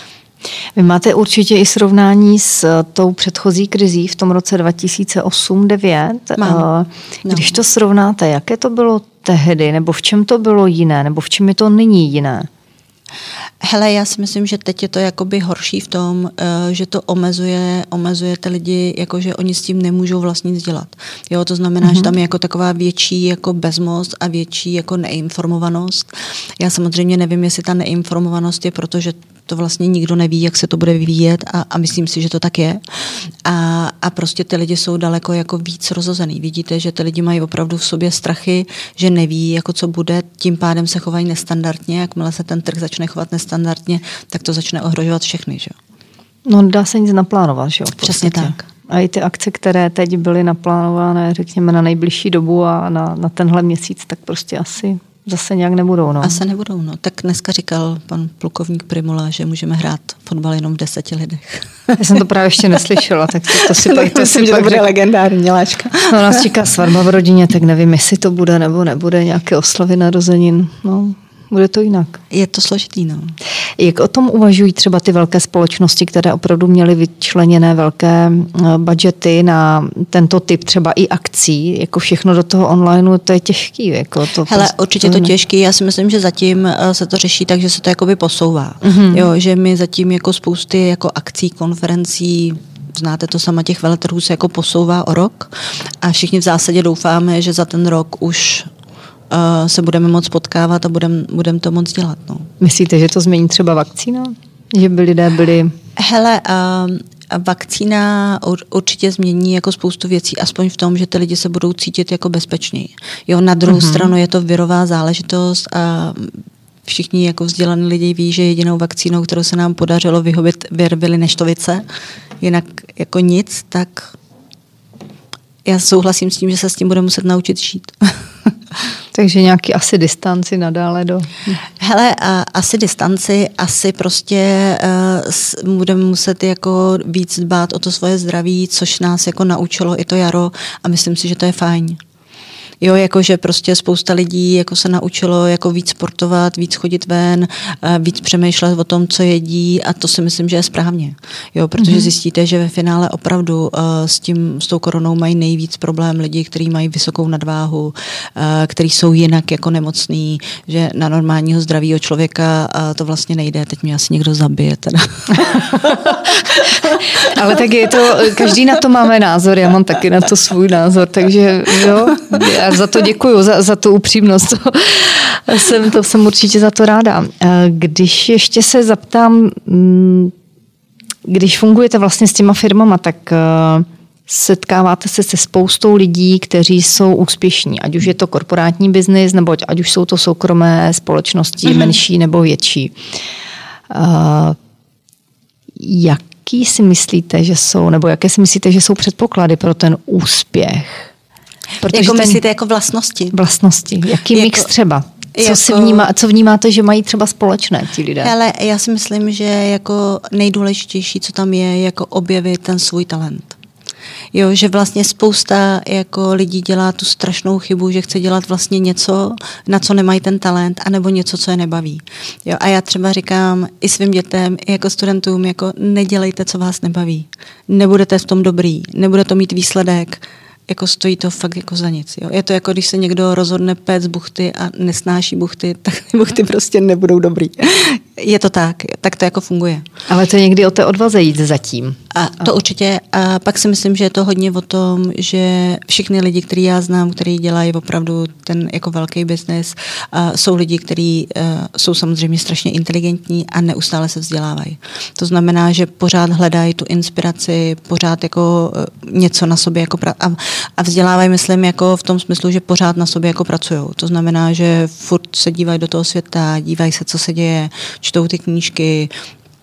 Vy máte určitě i srovnání s tou předchozí krizí v tom roce 2008-2009. Když to srovnáte, jaké to bylo tehdy, nebo v čem to bylo jiné, nebo v čem je to nyní jiné? Hele, já si myslím, že teď je to jakoby horší v tom, že to omezuje ty lidi, jakože oni s tím nemůžou vlastně nic dělat. Jo, to znamená, že tam je jako taková větší jako bezmoc a větší jako neinformovanost. Já samozřejmě nevím, jestli ta neinformovanost je, protože to vlastně nikdo neví, jak se to bude vyvíjet a myslím si, že to tak je. A prostě ty lidi jsou daleko jako víc rozhozený. Vidíte, že ty lidi mají opravdu v sobě strachy, že neví, jako co bude, tím pádem se chovají nestandardně. Jakmile se ten trh začne chovat nestandardně, tak to začne ohrožovat všechny, že? No, dá se nic naplánovat, že jo? Přesně tak. A i ty akce, které teď byly naplánované, řekněme, na nejbližší dobu a na tenhle měsíc, tak prostě asi zase nějak nebudou. No. Asi nebudou. No. Tak dneska říkal pan plukovník Primula, že můžeme hrát fotbal jenom v 10 lidech. Já jsem to právě ještě neslyšela, tak to si pak... Myslím, že to bude legendární láčka. No, nás čeká svatba v rodině, tak nevím, jestli to bude nebo nebude nějaké oslavy narozenin. No, bude to jinak. Je to složitý, no. Jak o tom uvažují třeba ty velké společnosti, které opravdu měly vyčleněné velké budžety na tento typ třeba i akcí, jako všechno do toho online, to je těžký. Jako to hele, určitě to těžký, já si myslím, že zatím se to řeší tak, že se to jakoby posouvá. Jo, že my zatím jako spousty jako akcí, konferencí, znáte to sama, těch veletrhů se jako posouvá o rok a všichni v zásadě doufáme, že za ten rok už se budeme moc potkávat a budeme to moc dělat. No. Myslíte, že to změní třeba vakcína? Že by lidé byli... Hele, vakcína určitě změní jako spoustu věcí, aspoň v tom, že ty lidi se budou cítit jako bezpečněji. Jo, na druhou stranu je to virová záležitost a všichni jako vzdělaní lidi ví, že jedinou vakcínou, kterou se nám podařilo vyhubit vir, byly neštovice, jinak jako nic, tak já souhlasím s tím, že se s tím bude muset naučit žít. Takže nějaký asi distanci nadále do... Hele, asi distanci, asi prostě budeme muset jako víc dbát o to svoje zdraví, což nás jako naučilo i to jaro a myslím si, že to je fajn. Jo, jakože prostě spousta lidí jako se naučilo jako víc sportovat, víc chodit ven, víc přemýšlet o tom, co jedí a to si myslím, že je správně. Jo, protože zjistíte, že ve finále opravdu s tou koronou mají nejvíc problém lidi, kteří mají vysokou nadváhu, kteří jsou jinak jako nemocný, že na normálního zdravýho člověka to vlastně nejde. Teď mě asi někdo zabije teda. Ale tak je to, každý na to máme názor, já mám taky na to svůj názor, takže jo, já za to děkuju, za tu upřímnost. To jsem určitě za to ráda. Když ještě se zaptám, když fungujete vlastně s těma firmama, tak setkáváte se se spoustou lidí, kteří jsou úspěšní, ať už je to korporátní biznis, nebo ať už jsou to soukromé společnosti, menší nebo větší. Jaký si myslíte, že jsou, nebo jaké si myslíte, že jsou předpoklady pro ten úspěch? Protože jako myslíte jako vlastnosti? Vlastnosti. Jaký jako, mix třeba? Co vnímáte, že mají třeba společné ti lidé? Hele, já si myslím, že jako nejdůležitější, co tam je, jako objevit ten svůj talent. Jo, že vlastně spousta jako lidí dělá tu strašnou chybu, že chce dělat vlastně něco, na co nemají ten talent, anebo něco, co je nebaví. Jo, a já třeba říkám i svým dětem, i jako studentům, jako nedělejte, co vás nebaví. Nebudete v tom dobrý, nebude to mít výsledek, jako stojí to fakt jako za nic. Jo. Je to jako, když se někdo rozhodne péct buchty a nesnáší buchty, tak ty buchty prostě nebudou dobrý. Je to tak to jako funguje. Ale to je někdy o té odvaze jít zatím. A to určitě. A pak si myslím, že je to hodně o tom, že všichni lidi, který já znám, kteří dělají opravdu ten jako velký biznes, jsou lidi, kteří jsou samozřejmě strašně inteligentní a neustále se vzdělávají. To znamená, že pořád hledají tu inspiraci, pořád jako něco na sobě jako a vzdělávají, myslím, jako v tom smyslu, že pořád na sobě jako pracujou. To znamená, že furt se dívají do toho světa, dívají se, co se děje, čtou ty knížky,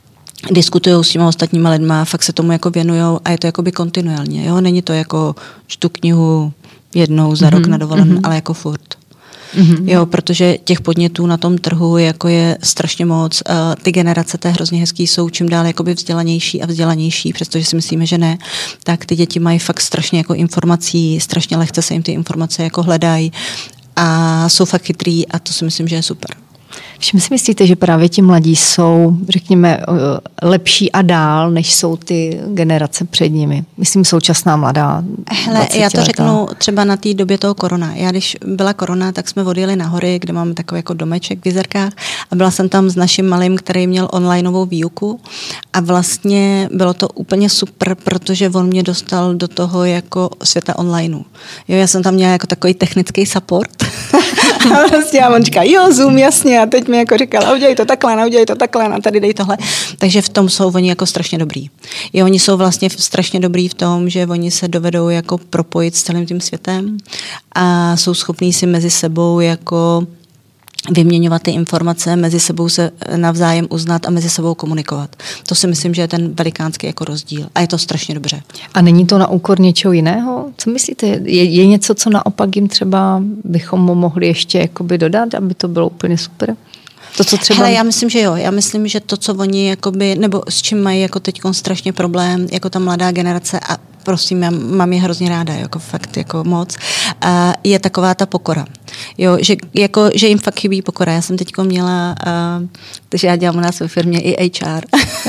diskutují s těma ostatníma lidma, fakt se tomu jako věnujou a je to jakoby kontinuálně, jo, není to jako čtu knihu jednou za rok na dovolenou, ale jako furt. Jo, protože těch podnětů na tom trhu jako je strašně moc. Ty generace té hrozně hezký jsou čím dál jakoby vzdělanější a vzdělanější, přestože si myslíme, že ne, tak ty děti mají fakt strašně jako informací, strašně lehce se jim ty informace jako hledají a jsou fakt chytrý a to si myslím, že je super. Všem si myslíte, že právě ti mladí jsou, řekněme, lepší a dál, než jsou ty generace před nimi? Myslím, současná mladá. Hele, já to řeknu třeba na té době toho korona. Já když byla korona, tak jsme odjeli na hory, kde máme takový jako domeček v Jizerkách a byla jsem tam s naším malým, který měl onlineovou výuku a vlastně bylo to úplně super, protože on mě dostal do toho jako světa onlineu. Jo, já jsem tam měla jako takový technický support a vlastně a on říká, jo, Zoom, jasně, a teď mi jako říkal, a udělej to takhle, a tady dej tohle. Takže v tom jsou oni jako strašně dobrý. Jo, oni jsou vlastně strašně dobrý v tom, že oni se dovedou jako propojit s celým tím světem a jsou schopní si mezi sebou jako vyměňovat ty informace, mezi sebou se navzájem uznat a mezi sebou komunikovat. To si myslím, že je ten velikánský jako rozdíl. A je to strašně dobře. A není to na úkor něčeho jiného? Co myslíte? Je něco, co naopak jim třeba bychom mohli ještě jakoby dodat, aby to bylo úplně super? To, co třeba... Hele, já myslím, že jo. Já myslím, že to, co oni jakoby, nebo s čím mají jako teďkon strašně problém, jako ta mladá generace a prosím, já mám je hrozně ráda, jako fakt jako moc, je taková ta pokora. Jo, že jim fakt chybí pokora. Já jsem teďko měla, takže já dělám u nás ve firmě i HR.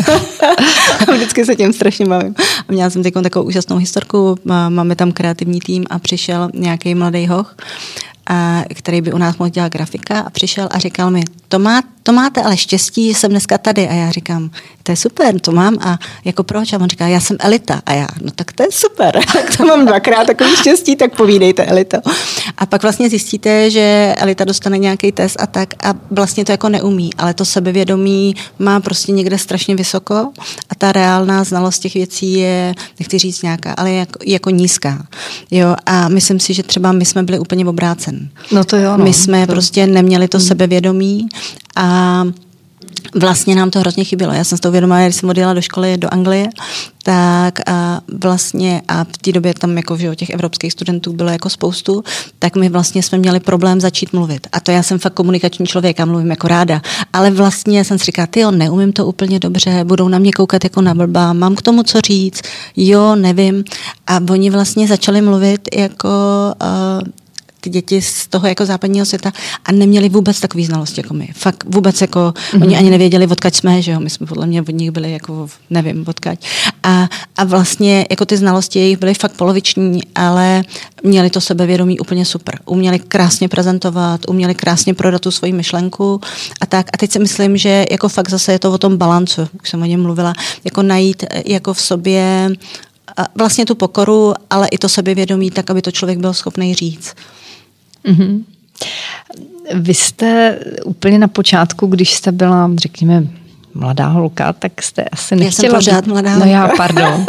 Vždycky se tím strašně bavím. A měla jsem teďko takovou úžasnou historku, máme tam kreativní tým a přišel nějaký mladý hoch, který by u nás mohl dělat grafika a přišel a říkal mi, to máte ale štěstí, že jsem dneska tady. A já říkám, to je super, to mám a jako proč? A on říká, já jsem elita. A já, no tak to je super, tak to mám dvakrát takový štěstí, tak povídejte elito. A pak vlastně zjistíte, že elita dostane nějaký test a tak a vlastně to jako neumí, ale to sebevědomí má prostě někde strašně vysoko a ta reálná znalost těch věcí je, nechci říct nějaká, ale jako nízká. Jo, a myslím si, že třeba my jsme byli úplně obrácen. No to jo. No. My jsme prostě neměli to sebevědomí a vlastně nám to hrozně chybělo. Já jsem s tou vědomá, když jsem odjela do školy do Anglie, tak vlastně a v té době tam jako že těch evropských studentů bylo jako spoustu, tak my vlastně jsme měli problém začít mluvit. A to já jsem fakt komunikační člověk a mluvím jako ráda. Ale vlastně jsem si říkala, tyjo, neumím to úplně dobře, budou na mě koukat jako na blbá, mám k tomu co říct, jo, nevím. A oni vlastně začali mluvit jako ty děti z toho jako západního světa a neměli vůbec takový znalosti jako my. Fakt vůbec jako, oni ani nevěděli, odkud jsme, že jo, my jsme podle mě od nich byli jako, nevím, odkud. A vlastně jako ty znalosti jejich byly fakt poloviční, ale měli to sebevědomí úplně super. Uměli krásně prezentovat, uměli krásně prodat tu svoji myšlenku a tak. A teď si myslím, že jako fakt zase je to o tom balancu, jak jsem o něm mluvila, jako najít jako v sobě vlastně tu pokoru, ale i to sebevědomí tak, aby to člověk byl schopný říct. Mm-hmm. Vy jste úplně na počátku, když jste byla, řekněme, mladá holka, tak jste asi nechtěla... Já jsem pořád mladá holka. No já, pardon.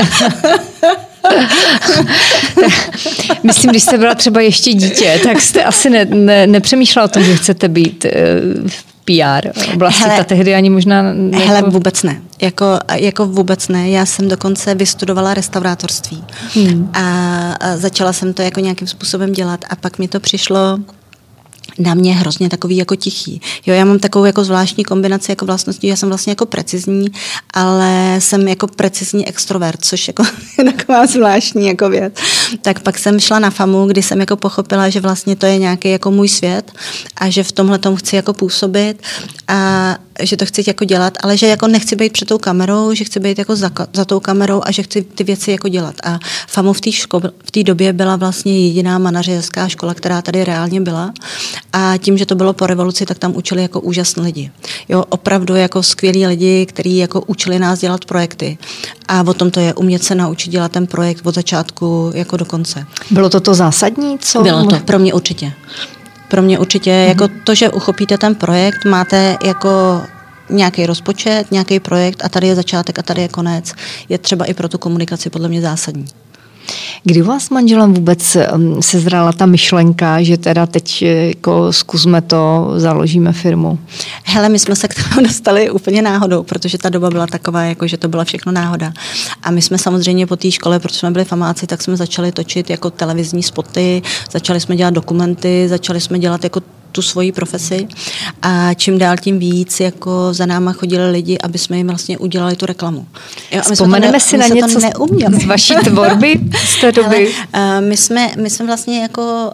Myslím, když jste byla třeba ještě dítě, tak jste asi nepřemýšlela o tom, že chcete být v PR oblasti, ta tehdy ani možná... Hele, vůbec ne. Jako vůbec ne. Já jsem dokonce vystudovala restaurátorství a začala jsem to jako nějakým způsobem dělat a pak mi to přišlo na mě hrozně takový jako tichý. Jo, já mám takovou jako zvláštní kombinaci jako vlastností, já jsem vlastně jako precizní, ale jsem jako precizní extrovert, což jako je taková zvláštní jako věc. Tak pak jsem šla na FAMu, kdy jsem jako pochopila, že vlastně to je nějaký jako můj svět a že v tomhletom chci jako působit a že to chci jako dělat, ale že jako nechci být před tou kamerou, že chci být jako za tou kamerou a že chci ty věci jako dělat. A FAMu v té době byla vlastně jediná manažerská škola, která tady reálně byla. A tím, že to bylo po revoluci, tak tam učili jako úžasní lidi. Jo, opravdu jako skvělí lidi, kteří jako učili nás dělat projekty. A o tom to je, umět se naučit dělat ten projekt od začátku jako do konce. Bylo to zásadní? Co? Bylo to, pro mě určitě. Pro mě určitě, jako to, že uchopíte ten projekt, máte jako nějaký rozpočet, nějaký projekt a tady je začátek a tady je konec, je třeba i pro tu komunikaci podle mě zásadní. Kdy u vás s manželem vůbec sezrala ta myšlenka, že teda teď jako zkusme to, založíme firmu? Hele, my jsme se k tomu dostali úplně náhodou, protože ta doba byla taková, jako že to byla všechno náhoda. A my jsme samozřejmě po té škole, protože jsme byli famáci, tak jsme začali točit jako televizní spoty, začali jsme dělat dokumenty, začali jsme dělat jako tu svoji profesi a čím dál tím víc jako za náma chodili lidi, aby jsme jim vlastně udělali tu reklamu. Jo, vzpomeneme si na něco z vaší tvorby z té doby? Ale, my jsme vlastně jako,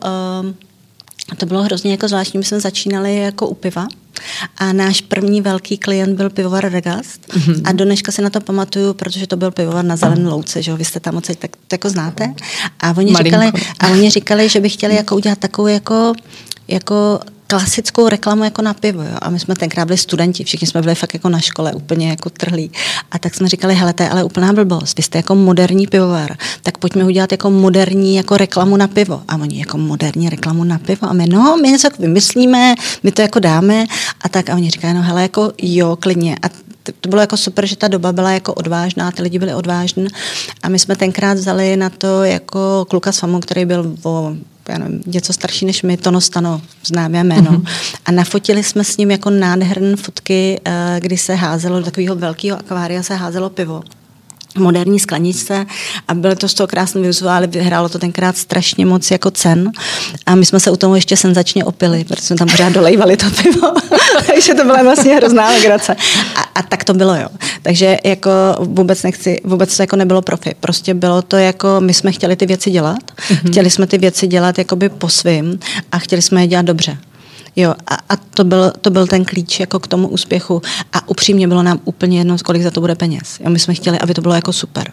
to bylo hrozně jako zvláštní, my jsme začínali jako u piva a náš první velký klient byl pivovar Regast a do dneška si na to pamatuju, protože to byl pivovar na Zelené louce, že jo, vy jste tam odsaď tak to jako znáte a oni říkali, že by chtěli jako udělat takovou jako klasickou reklamu jako na pivo. Jo? A my jsme tenkrát byli studenti, všichni jsme byli fakt jako na škole, úplně jako trhlí. A tak jsme říkali, hele, to je ale úplná blbost, vy jste jako moderní pivovar, tak pojďme udělat jako moderní jako reklamu na pivo. A oni jako moderní reklamu na pivo. A my něco jako vymyslíme, my to jako dáme. A tak a oni říkají, no hele, jako jo, klidně. A to bylo jako super, že ta doba byla jako odvážná, ty lidi byli odvážní. A my jsme tenkrát vzali na to jako kluka s famou, který byl něco starší než my, Tono Stano, známé jméno. A nafotili jsme s ním jako nádherné fotky, kdy se házelo do takového velkého akvária, se házelo pivo. Moderní skleničce a bylo to z toho krásné vizuály, vyhrálo to tenkrát strašně moc jako cen a my jsme se u toho ještě senzačně opili, protože jsme tam pořád dolejvali to pivo, takže to byla vlastně hrozná legrace a tak to bylo, jo. Takže jako vůbec to jako nebylo profi, prostě bylo to jako, my jsme chtěli ty věci dělat, chtěli jsme ty věci dělat jakoby po svým a chtěli jsme je dělat dobře. Jo, a to byl ten klíč jako k tomu úspěchu a upřímně bylo nám úplně jedno, kolik za to bude peněz. Jo, my jsme chtěli, aby to bylo jako super.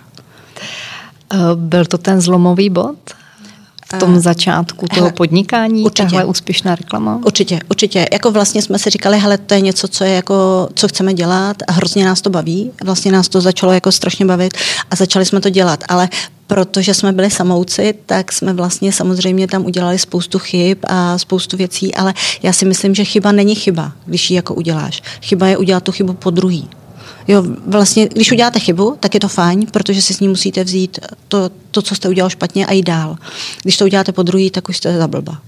Byl to ten zlomový bod v tom začátku toho podnikání, tahle úspěšná reklama? Určitě. Jako vlastně jsme si říkali, hele, to je něco, co je jako, co chceme dělat a hrozně nás to baví. Vlastně nás to začalo jako strašně bavit a začali jsme to dělat, ale protože jsme byli samouci, tak jsme vlastně samozřejmě tam udělali spoustu chyb a spoustu věcí, ale já si myslím, že chyba není chyba, když ji jako uděláš. Chyba je udělat tu chybu po druhý. Jo, vlastně, když uděláte chybu, tak je to fajn, protože si s ní musíte vzít to, co jste udělal špatně a jít dál. Když to uděláte po druhý, tak už jste za blba.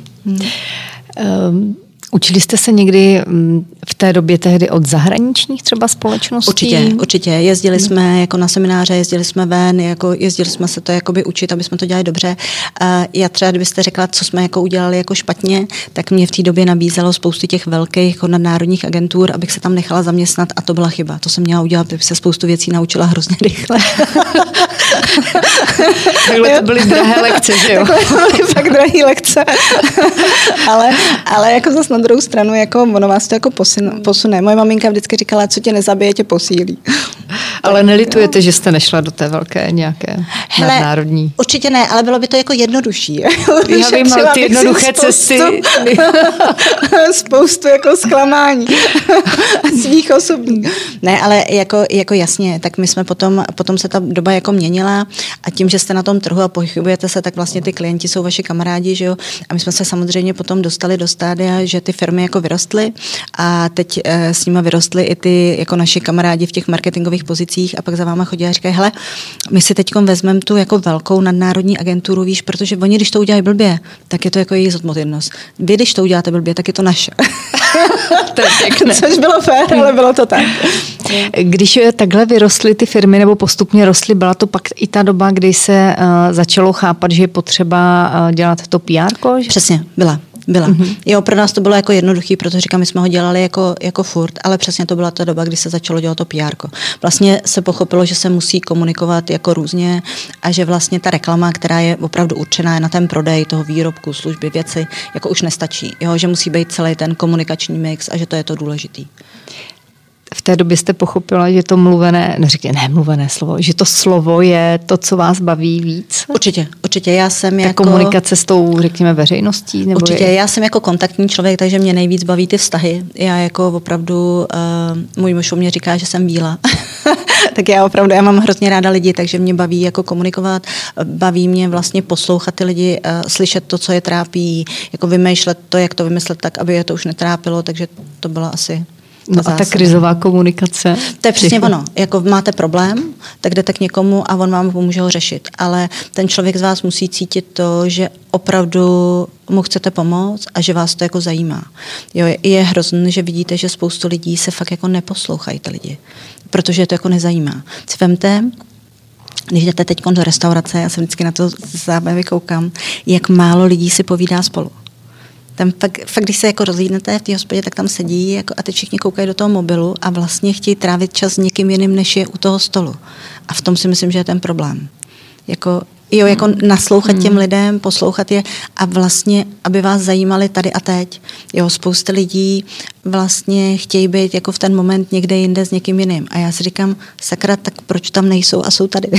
Učili jste se někdy v té době tehdy od zahraničních třeba společností? Určitě. Jezdili jsme jako na semináře, jezdili jsme ven, jako jezdili jsme se to jakoby učit, aby jsme to dělali dobře. Já třeba, kdybyste řekla, co jsme jako udělali jako špatně, tak mě v té době nabízelo spoustu těch velkých jako nadnárodních agentur, abych se tam nechala zaměstnat a to byla chyba. To jsem měla udělat, abych se spoustu věcí naučila hrozně rychle. Takhle to byly drahé lekce, že jo? Takhle byly fakt drahé lekce. ale jako zase na druhou stranu, jako ono vás to jako posune. Moje maminka vždycky říkala, co tě nezabije, tě posílí. Ale nelitujete, že jste nešla do té velké nějaké nadnárodní? Určitě ne, ale bylo by to jako jednodušší. Já vím, ale ty jednoduché cesty. Spoustu jako zklamání svých osobních. Ne, ale jako jasně, tak my jsme potom se ta doba jako měnila a tím, že jste na tom trhu a pohybujete se, tak vlastně ty klienti jsou vaši kamarádi, že jo? A my jsme se samozřejmě potom dostali do stádia, že ty firmy jako vyrostly a teď s nimi vyrostly i ty jako naši kamarádi v těch marketingových pozicích a pak za váma chodí a říkají, hele, my si teďkom vezmeme tu jako velkou nadnárodní agenturu, víš, protože oni, když to udělají blbě, tak je to jako jejich zodpovědnost. Vy, když to uděláte blbě, tak je to naše. To je pěkné. Což bylo fér, ale bylo to tak. Když takhle vyrostly ty firmy nebo postupně rostly, byla to pak i ta doba, kdy se začalo chápat, že je potřeba dělat to PR-ko? Přesně, byla. Jo, pro nás to bylo jako jednoduchý, protože říkám, my jsme ho dělali jako furt, ale přesně to byla ta doba, kdy se začalo dělat to PR-ko. Vlastně se pochopilo, že se musí komunikovat jako různě a že vlastně ta reklama, která je opravdu určená na ten prodej toho výrobku, služby, věci, jako už nestačí. Jo, že musí být celý ten komunikační mix a že to je to důležitý. V té době jste pochopila, že to mluvené slovo, že to slovo je to, co vás baví víc? Určitě. Já jsem jako komunikace s tou, řekněme, veřejností? Nebo určitě, já jsem jako kontaktní člověk, takže mě nejvíc baví ty vztahy. Já jako opravdu, můj muž mě říká, že jsem bílá. Tak já mám hrozně ráda lidi, takže mě baví jako komunikovat, baví mě vlastně poslouchat ty lidi, slyšet to, co je trápí, jako vymýšlet to, jak to vymyslet tak, aby je to už netrápilo, takže to bylo asi No a ta krizová komunikace? To je přesně ono. Jako máte problém, tak jdete k někomu a on vám pomůže ho řešit. Ale ten člověk z vás musí cítit to, že opravdu mu chcete pomoct a že vás to jako zajímá. Jo, je hrozný, že vidíte, že spoustu lidí se fakt jako neposlouchají ty lidi, protože je to jako nezajímá. Si vemte, když jdete teď do restaurace, já se vždycky na to zábavy koukám, jak málo lidí si povídá spolu. Tam fakt, když se jako rozhlídnete v té hospodě, tak tam sedí jako, a teď všichni koukají do toho mobilu a vlastně chtějí trávit čas s někým jiným, než je u toho stolu. A v tom si myslím, že je ten problém. Jako naslouchat těm lidem, poslouchat je a vlastně, aby vás zajímali tady a teď. Jo, spousta lidí vlastně chtějí být jako v ten moment někde jinde s někým jiným. A já si říkám, sakra, tak proč tam nejsou a jsou tady?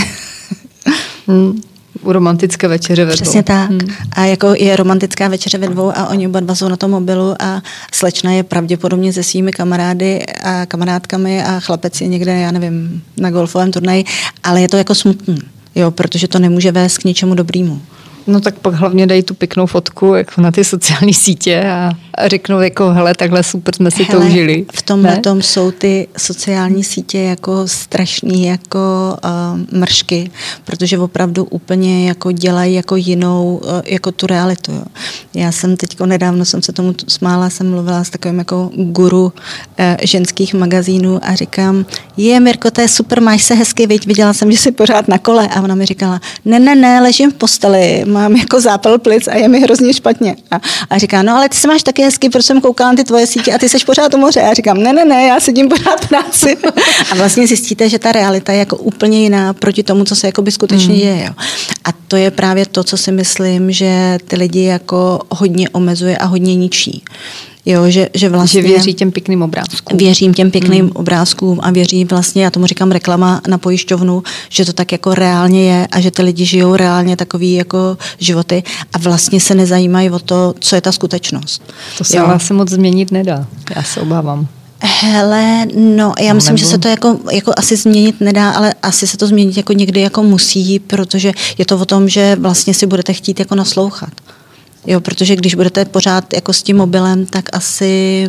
U romantické večeře ve dvou. Přesně tak. A jako je romantická večeře ve dvou a oni oba dva jsou na tom mobilu a slečna je pravděpodobně se svými kamarády a kamarádkami a chlapec je někde, já nevím, na golfovém turnaji, ale je to jako smutný, jo, protože to nemůže vést k ničemu dobrému. No tak pak hlavně dají tu pěknou fotku jako na ty sociální sítě a řeknou jako hele, takhle super jsme si to užili. V tomhletom jsou ty sociální sítě jako strašný jako mršky, protože opravdu úplně jako dělají jako jinou, jako tu realitu. Jo. Já jsem teďko nedávno jsem se tomu smála, jsem mluvila s takovým jako guru ženských magazínů a říkám, Mirko, to je super, máš se hezky, viděla jsem, že jsi pořád na kole a ona mi říkala, ne, ležím v posteli, mám jako zápal plic a je mi hrozně špatně. A říká, no ale ty se máš taky hezky, protože jsem koukala na ty tvoje sítě a ty seš pořád u moře. A já říkám, ne, já sedím pořád v práci. A vlastně zjistíte, že ta realita je jako úplně jiná proti tomu, co se jako by skutečně děje. Jo. A to je právě to, co si myslím, že ty lidi jako hodně omezuje a hodně ničí. Jo, že vlastně... Že věří těm pěkným obrázkům. Věřím těm pěkným obrázkům a věřím vlastně, já tomu říkám reklama na pojišťovnu, že to tak jako reálně je a že ty lidi žijou reálně takový jako životy a vlastně se nezajímají o to, co je ta skutečnost. To se ale se moc změnit nedá, já se obávám. Hele, no, já myslím, že se to jako asi změnit nedá, ale asi se to změnit jako někdy jako musí, protože je to o tom, že vlastně si budete chtít jako naslouchat. Jo, protože když budete pořád jako s tím mobilem, tak asi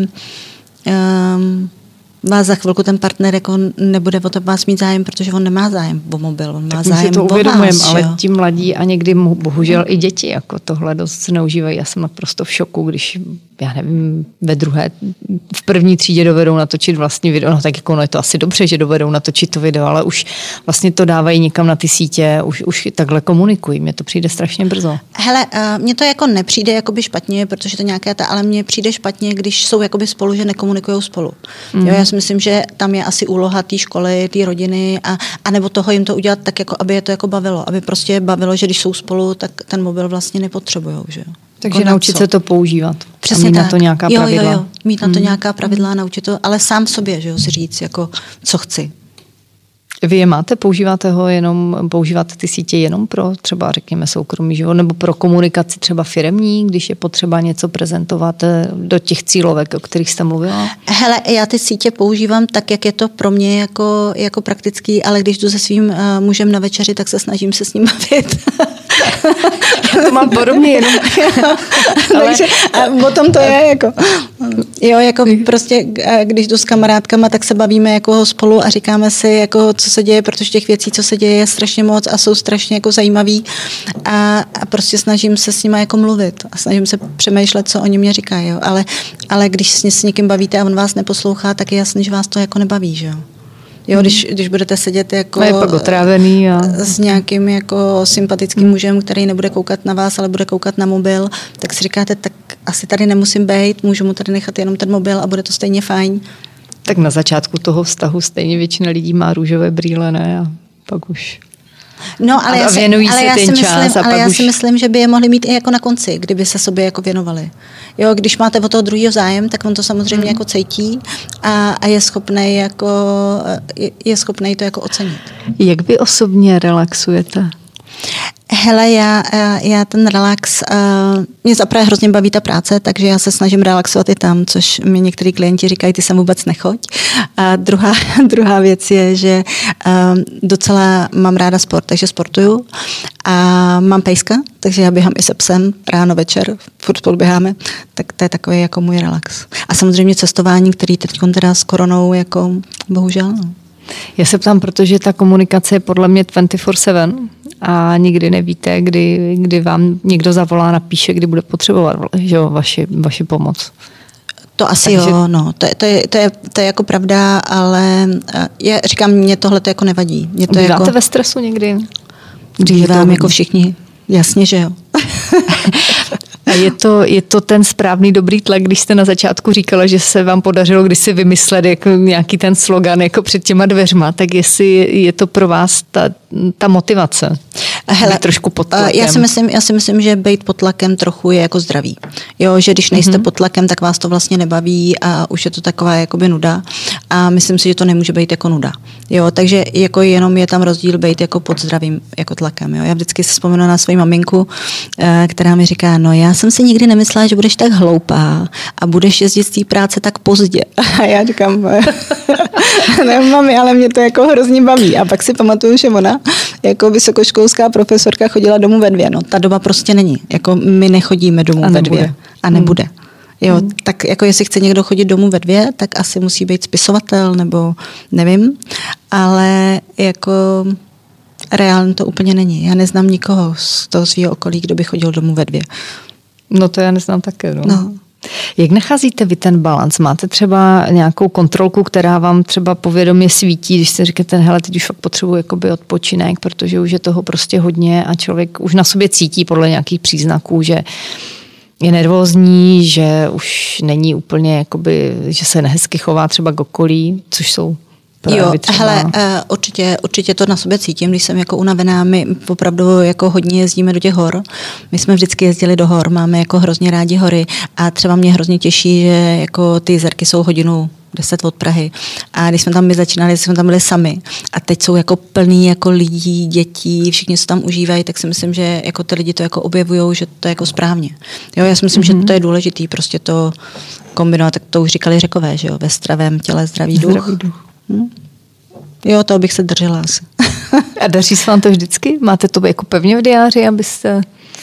vás za chvilku ten partner jako nebude o to vás mít zájem, protože on nemá zájem o mobil, on má zájem to o vás. Ale ti mladí a někdy bohužel i děti jako tohle dost zneužívají. Já jsem naprosto v šoku, když já nevím, v první třídě dovedou natočit vlastní video, no tak jako no je to asi dobře, že dovedou natočit to video, ale už vlastně to dávají někam na ty sítě, už takhle komunikují, mně to přijde strašně brzo. Hele, mně to jako nepřijde jakoby špatně, protože to nějaké ale mně přijde špatně, když jsou jakoby spolu, že nekomunikujou spolu. Jo, já si myslím, že tam je asi úloha té školy, té rodiny a nebo toho jim to udělat tak, jako aby je to jako bavilo, aby prostě bavilo, že když jsou spolu, tak ten mobil vlastně nepotřebujou, že jo. Takže naučit se to používat. Přesně a mít tak. Na to nějaká pravidla. Jo. Mít na to nějaká pravidla a naučit to, ale sám sobě, že jo, si říct, jako, co chci. Vy je máte, používáte ty sítě jenom pro třeba, řekněme, soukromý život, nebo pro komunikaci třeba firemní, když je potřeba něco prezentovat do těch cílovek, o kterých jste mluvila? Hele, já ty sítě používám tak, jak je to pro mě jako praktický, ale když jdu se svým mužem na večeři, tak se snažím se s ním bavit. Já to mám podobně jenom. Takže o tom to je jako. Jo, jako prostě, když jdu s kamarádkama, tak se bavíme jako spolu a říkáme si, jako, co se děje, protože těch věcí, co se děje, je strašně moc a jsou strašně jako zajímavý a prostě snažím se s nimi jako mluvit a snažím se přemýšlet, co oni mě říkají, jo. Ale když s někým bavíte a on vás neposlouchá, tak je jasný, že vás to jako nebaví, že jo. Jo, když budete sedět jako je pak otrávený s nějakým jako sympatickým mužem, který nebude koukat na vás, ale bude koukat na mobil, tak si říkáte, tak asi tady nemusím být, můžu mu tady nechat jenom ten mobil a bude to stejně fajn. Tak na začátku toho vztahu stejně většina lidí má růžové brýle, ne? A pak už... No, ale já si myslím, že by je mohli mít i jako na konci, kdyby se sobě jako věnovali. Jo, když máte o toho druhého zájem, tak on to samozřejmě jako cítí a je schopnej to jako ocenit. Jak vy osobně relaxujete? Hele, já ten relax, mě zaprvé hrozně baví ta práce, takže já se snažím relaxovat i tam, což mi některý klienti říkají, ty sem vůbec nechoď. A druhá věc je, že docela mám ráda sport, takže sportuju a mám pejska, takže já běhám i se psem ráno, večer, furt spolu běháme, tak to je takový jako můj relax. A samozřejmě cestování, který teď teda s koronou, jako bohužel. No. Já se ptám, protože ta komunikace je podle mě 24/7 a nikdy nevíte, kdy vám někdo zavolá, napíše, kdy bude potřebovat, že jo, vaši pomoc. To asi takže... jo, no, to je jako pravda, ale já říkám, mě tohle to jako nevadí. Býváte jako... ve stresu někdy? Bývám jako všichni, jasně, že jo. A je to ten správný dobrý tlak, když jste na začátku říkala, že se vám podařilo kdysi vymyslet jako nějaký ten slogan jako před těma dveřma, tak jestli je to pro vás ta motivace? Hele, trošku pod tlakem. Já si myslím, že být pod tlakem trochu je jako zdravý. Jo, že když nejste pod tlakem, tak vás to vlastně nebaví a už je to taková jakoby nuda. A myslím si, že to nemůže být jako nuda. Jo, takže jako jenom je tam rozdíl být jako pod zdravým jako tlakem. Jo. Já vždycky si vzpomenu na svou maminku, která mi říká, no já jsem si nikdy nemyslela, že budeš tak hloupá a budeš jezdit z té práce tak pozdě. A já říkám, ne mami, ale mě to jako hrozně baví. A pak si pamatuju, že ona jako vysokoškolská profesorka chodila domů ve 2. No, ta doba prostě není. Jako my nechodíme domů ve 2. A nebude. Jo, tak jako jestli chce někdo chodit domů ve 2, tak asi musí být spisovatel nebo nevím. Ale jako reálně to úplně není. Já neznám nikoho z toho svého okolí, kdo by chodil domů ve 2. No to já neznám také. No. Jak nacházíte vy ten balans? Máte třeba nějakou kontrolku, která vám třeba povědomě svítí, když se říkáte, hele, teď už fakt potřebuji jakoby odpočinek, protože už je toho prostě hodně a člověk už na sobě cítí podle nějakých příznaků, že je nervózní, že už není úplně, jakoby, že se nehezky chová třeba k okolí, což jsou jo, hele, určitě to na sobě cítím, když jsem jako unavená, my opravdu jako hodně jezdíme do těch hor. My jsme vždycky jezdili do hor, máme jako hrozně rádi hory a třeba mě hrozně těší, že jako ty jezerky jsou 1:10 od Prahy. A když jsme tam začínali, jsme tam byli sami. A teď jsou jako plný jako lidí, dětí, všichni se tam užívají, tak si myslím, že jako ty lidi to jako objevujou, že to je jako správně. Jo, já si myslím, že to je důležitý, prostě to kombinovat, tak to už říkali Řekové, že jo, ve zdravém těle zdravý duch. Jo, to bych se držela asi. A daří se vám to vždycky? Máte to jako pevně v diáři, abyste...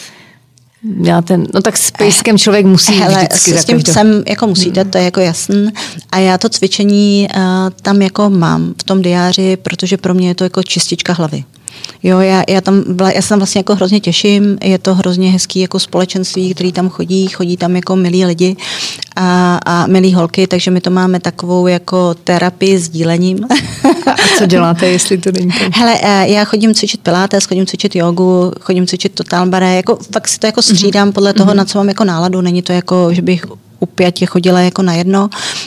No tak s pejskem člověk musí vždycky. S tím psem jako musíte, to je jako jasný. A já to cvičení tam jako mám v tom diáři, protože pro mě je to jako čistička hlavy. Jo, já se tam vlastně jako hrozně těším, je to hrozně hezký jako společenství, který tam chodí tam jako milí lidi a milí holky, takže my to máme takovou jako terapii s dílením. A co děláte, jestli to není to? Hele, já chodím cvičit pilates, chodím cvičit jogu, chodím cvičit total barre, jako fakt si to jako střídám podle toho, na co mám jako náladu, není to jako, že bych upětě chodila jako na jedno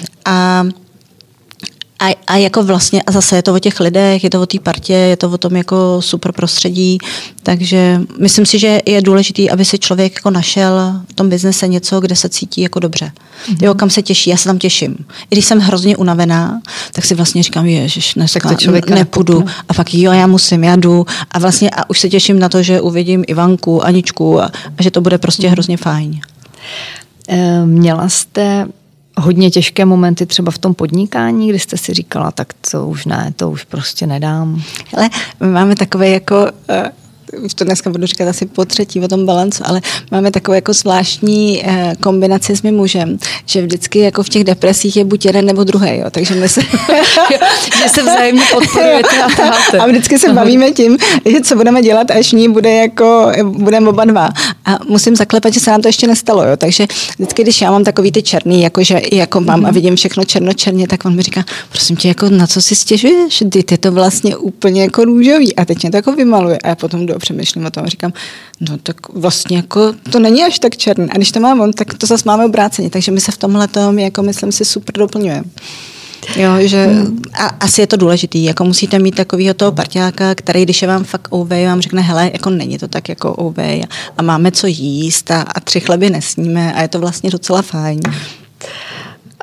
a jako vlastně, a zase je to o těch lidech, je to o té partě, je to o tom jako super prostředí, takže myslím si, že je důležitý, aby si člověk jako našel v tom biznese něco, kde se cítí jako dobře. Jo, kam se těší, já se tam těším. I když jsem hrozně unavená, tak si vlastně říkám, ježiš, dneska nepůjdu. A fakt jo, já musím, já jdu. A vlastně a už se těším na to, že uvidím Ivanku, Aničku a že to bude prostě hrozně fajn. Měla jste hodně těžké momenty třeba v tom podnikání, kdy jste si říkala, tak to už ne, to už prostě nedám. Ale my máme takové jako, už to dneska budu říkat asi po třetí o tom balancu, ale máme takovou jako zvláštní kombinaci s mým mužem, že vždycky jako v těch depresích je buď jeden nebo druhý, jo, takže my se... že se vzájemně podporujete a taháte. A vždycky se bavíme tím, že co budeme dělat, až ní budeme oba dva. A musím zaklepat, že se nám to ještě nestalo, jo, takže vždycky, když já mám takový ty černý, jakože jako mám a vidím všechno černě, tak on mi říká, prosím tě, jako na co si stěžuješ? Ty to vlastně úplně jako růžový. A teď mě to jako vymaluje. A já potom přemýšlím o tom a říkám, no tak vlastně jako to není až tak černý. A když to mám on, tak to zase máme obráceně. Takže my se v tomhletom, jako myslím si, super doplňujeme. Jo, že a asi je to důležitý, jako musíte mít takovýho toho parťáka, který, když je vám fakt ouvej, vám řekne, hele, jako není to tak jako ouvej a máme co jíst a 3 chleby nesníme a je to vlastně docela fajn.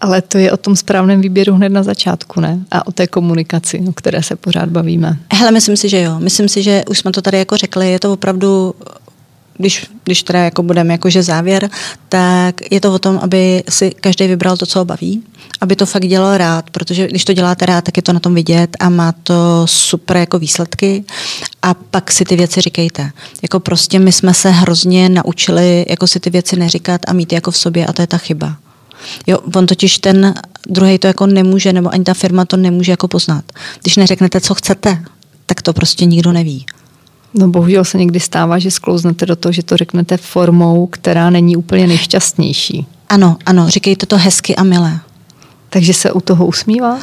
Ale to je o tom správném výběru hned na začátku, ne? A o té komunikaci, o které se pořád bavíme. Hele, myslím si, že jo. Myslím si, že už jsme to tady jako řekli, je to opravdu, když teda jako budeme jakože závěr, tak je to o tom, aby si každý vybral to, co ho baví, aby to fakt dělal rád, protože když to děláte rád, tak je to na tom vidět a má to super jako výsledky a pak si ty věci říkejte. Jako prostě my jsme se hrozně naučili jako si ty věci neříkat a mít je jako v sobě a to je ta chyba. Jo, on totiž ten druhej to jako nemůže, nebo ani ta firma to nemůže jako poznat. Když neřeknete, co chcete, tak to prostě nikdo neví. No bohužel se někdy stává, že sklouznete do toho, že to řeknete formou, která není úplně nejšťastnější. Ano, říkejte to hezky a milé. Takže se u toho usmívat?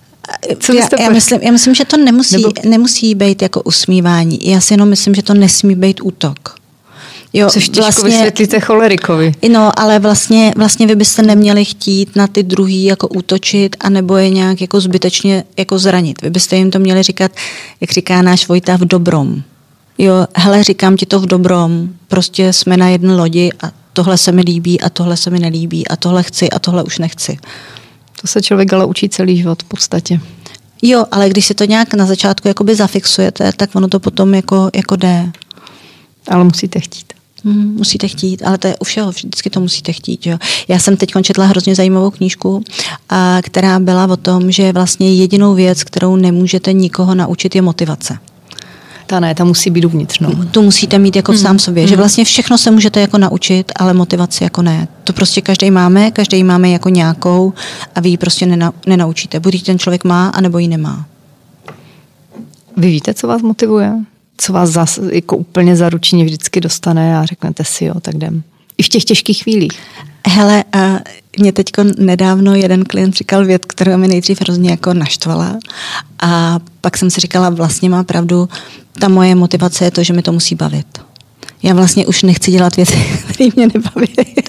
Já myslím, že to nemusí být jako usmívání. Já si jenom myslím, že to nesmí být útok. Jo, což těžko vysvětlíte cholerikovi. No, ale vlastně vy byste neměli chtít na ty druhý jako útočit anebo je nějak jako zbytečně jako zranit. Vy byste jim to měli říkat, jak říká náš Vojta, v dobrom. Jo, hele, říkám ti to v dobrom, prostě jsme na jedné lodi a tohle se mi líbí a tohle se mi nelíbí a tohle chci a tohle už nechci. To se člověk ale učí celý život v podstatě. Jo, ale když si to nějak na začátku jakoby zafixujete, tak ono to potom jako jde. Ale musíte chtít. Musíte chtít, ale to je u všeho, vždycky to musíte chtít. Jo. Já jsem teď četla hrozně zajímavou knížku, která byla o tom, že vlastně jedinou věc, kterou nemůžete nikoho naučit, je motivace. Ta musí být uvnitř. No. Tu musíte mít jako v sám sobě, že vlastně všechno se můžete jako naučit, ale motivaci jako ne. To prostě každý máme jako nějakou a vy ji prostě nenaučíte. Buď ji ten člověk má, anebo ji nemá. Vy víte, co vás motivuje? Co vás jako úplně zaručeně vždycky dostane a řeknete si, jo, tak jdem. I v těch těžkých chvílích. Hele, mě teďko nedávno jeden klient říkal věc, kterou mi nejdřív hrozně jako naštvala a pak jsem si říkala, vlastně má pravdu, ta moje motivace je to, že mi to musí bavit. Já vlastně už nechci dělat věci, které mě nebaví.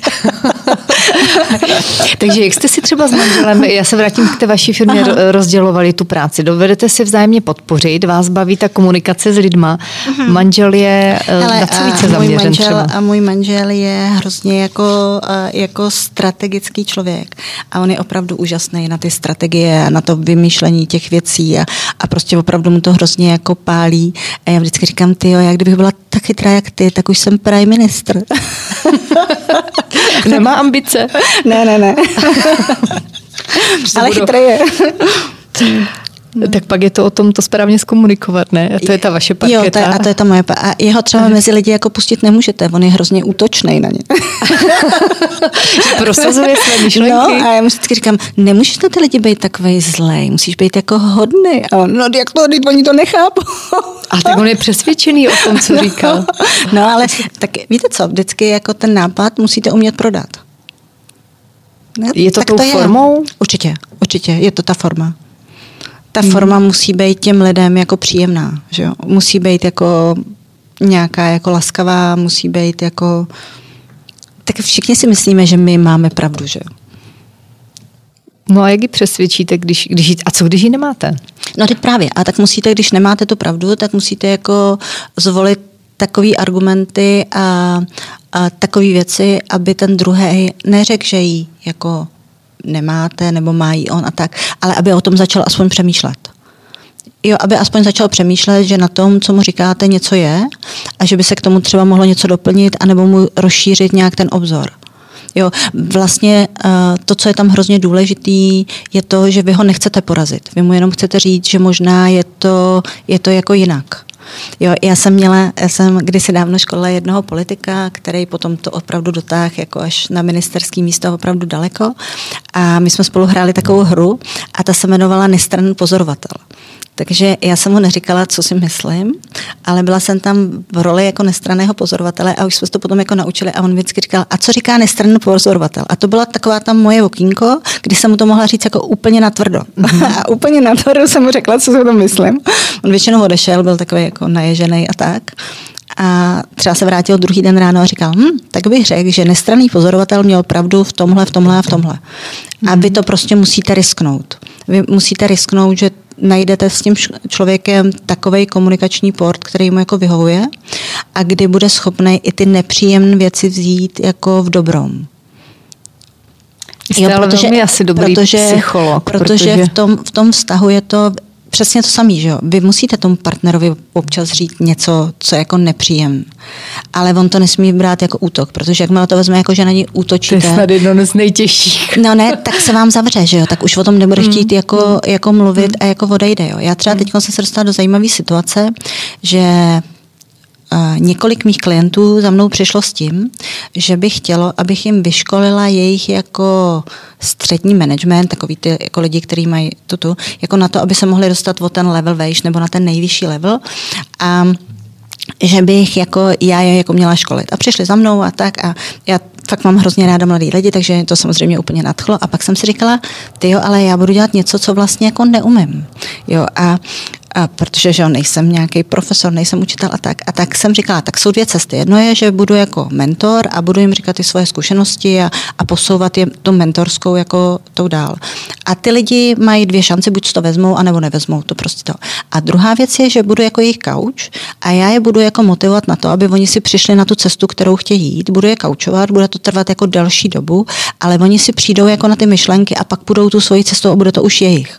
Takže jak jste si třeba s manželem, já se vrátím k té vaší firmě, rozdělovali tu práci. Dovedete si vzájemně podpořit, vás baví ta komunikace s lidma. Manžel je na co více zaměřen třeba? A můj manžel je hrozně jako strategický člověk. A on je opravdu úžasný na ty strategie a na to vymýšlení těch věcí a prostě opravdu mu to hrozně jako pálí. A já vždycky říkám, tyjo, já kdybych byla tak chytrá jak ty, tak už jsem prime ministr. Nemá ambice. Ne. Ale chytrý je. Tak pak je to o tom to správně zkomunikovat, ne? A to je ta vaše parketa. Jo, to je ta moje a jeho třeba mezi lidi jako pustit nemůžete, on je hrozně útočnej na ně. Prosazuje své myšlenky. No a já mu vždycky říkám, nemůžeš na ty lidi být takovej zlej, musíš být jako hodný. A on, no jak to, oni to nechápou. A tak on je přesvědčený o tom, co říkal. No ale tak víte co, vždycky jako ten nápad musíte umět prodat. Ne? Je to tou formou? Určitě, je to ta forma. Ta forma musí být těm lidem jako příjemná, že jo? Musí být jako nějaká jako laskavá, musí být jako... Tak všichni si myslíme, že my máme pravdu, že jo? No a jak ji přesvědčíte, a co když ji nemáte? No teď právě. A tak musíte, když nemáte tu pravdu, tak musíte jako zvolit takový argumenty a takové věci, aby ten druhej neřekl, že ji jako nemáte, nebo má jí on a tak, ale aby o tom začal aspoň přemýšlet. Jo, aby aspoň začal přemýšlet, že na tom, co mu říkáte, něco je a že by se k tomu třeba mohlo něco doplnit anebo mu rozšířit nějak ten obzor. Jo, vlastně to, co je tam hrozně důležitý, je to, že vy ho nechcete porazit. Vy mu jenom chcete říct, že možná je to jako jinak. Jo, já jsem kdysi dávno školila jednoho politika, který potom to opravdu dotáhl jako až na ministerský místo opravdu daleko. A my jsme spolu hráli takovou hru a ta se jmenovala Nestranný pozorovatel. Takže já jsem mu neříkala, co si myslím, ale byla jsem tam v roli jako nestranného pozorovatele a už jsme to potom jako naučili a on vždycky říkal, a co říká nestranný pozorovatel? A to byla taková tam moje okýnko, kdy jsem mu to mohla říct jako úplně natvrdo. A úplně natvrdo jsem mu řekla, co si o tom myslím. On většinou odešel, byl takový jako naježený a tak. A třeba se vrátil druhý den ráno a říkal, tak bych řekl, že nestranný pozorovatel měl pravdu v tomhle a v tomhle. A vy to prostě musíte risknout. Vy musíte risknout, že najdete s tím člověkem takovej komunikační port, který mu jako vyhovuje a kdy bude schopný i ty nepříjemné věci vzít jako v dobrom. Jste ale velmi asi dobrý psycholog. Protože v tom vztahu je to přesně to samé, že jo. Vy musíte tomu partnerovi občas říct něco, co je jako nepříjemné. Ale on to nesmí brát jako útok, protože jakmile to vezme jako, že na něj útočíte. To je snad jedno z nejtěžších. No ne, tak se vám zavře, že jo. Tak už o tom nebude chtít jako mluvit a jako odejde, jo. Já třeba teď jsem se dostala do zajímavé situace, že několik mých klientů za mnou přišlo s tím, že by chtělo, abych jim vyškolila jejich jako střední management, takový ty jako lidi, kteří mají jako na to, aby se mohli dostat o ten level vejš nebo na ten nejvyšší level a že bych jako já je jako měla školit. A přišli za mnou a tak a já fakt mám hrozně ráda mladý lidi, takže to samozřejmě úplně nadchlo a pak jsem si říkala, ale já budu dělat něco, co vlastně jako neumím. Jo, a protože že nejsem nějaký profesor, nejsem učitel a tak jsem říkala, tak jsou dvě cesty. Jedno je, že budu jako mentor a budu jim říkat ty svoje zkušenosti a posouvat je tu mentorskou jako tou dál. A ty lidi mají dvě šance, buď to vezmou, anebo nevezmou, to prostě to. A druhá věc je, že budu jako jejich coach a já je budu jako motivovat na to, aby oni si přišli na tu cestu, kterou chtějí jít, budu je coachovat, bude to trvat jako delší dobu, ale oni si přijdou jako na ty myšlenky a pak půjdou tu svoji cestou a bude to už jejich.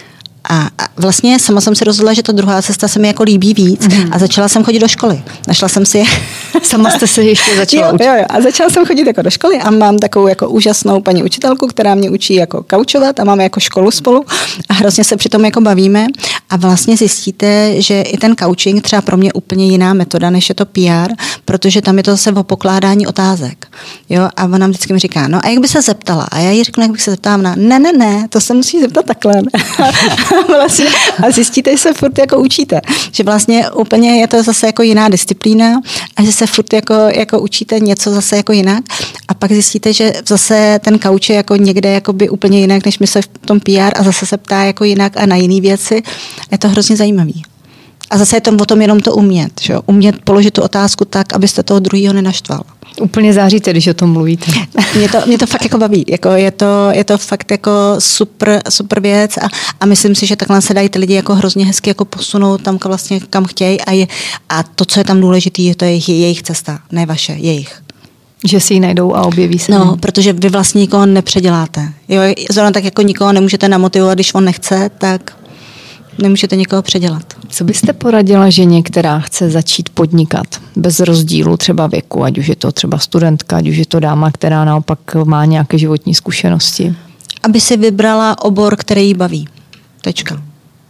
A vlastně sama jsem si rozhodla, že ta druhá cesta se mi jako líbí víc a začala jsem chodit do školy. Našla jsem si... Sama jste se ještě začala učit. Jo. A začala jsem chodit jako do školy a mám takovou jako úžasnou paní učitelku, která mě učí jako koučovat a máme jako školu spolu a hrozně se přitom jako bavíme a vlastně zjistíte, že i ten coaching třeba pro mě úplně jiná metoda, než je to PR, protože tam je to zase o pokládání otázek. Jo? A ona vždycky mi říká, no a jak by se zeptala? A já jí řeknu, jak bych se zeptala, ne, to se musí zeptat takhle. Vlastně, a zjistíte, že se furt jako učíte. Že vlastně úplně je to zase jako jiná disciplína a že se furt jako učíte něco zase jako jinak a pak zjistíte, že zase ten coach je jako někde jakoby úplně jinak, než my se v tom PR a zase se ptá jako jinak a na jiné věci. Je to hrozně zajímavý. A zase je to o tom jenom to umět. Že? Umět položit tu otázku tak, abyste toho druhého nenaštval. Úplně záříte, když o tom mluvíte. Mě to fakt jako baví. Jako je to fakt jako super věc a myslím si, že takhle se dají ty lidi jako hrozně hezky jako posunout tam vlastně kam chtějí a to, co je tam důležité, to je jejich cesta, ne vaše, jejich. Že si ji najdou a objeví se. No, protože vy vlastně nikoho nepředěláte. Jo, zrovna tak jako nikoho nemůžete namotivovat, když on nechce, tak nemůžete nikoho předělat. Co byste poradila ženě, která chce začít podnikat bez rozdílu třeba věku, ať už je to třeba studentka, ať už je to dáma, která naopak má nějaké životní zkušenosti? Aby si vybrala obor, který jí baví. Tečka.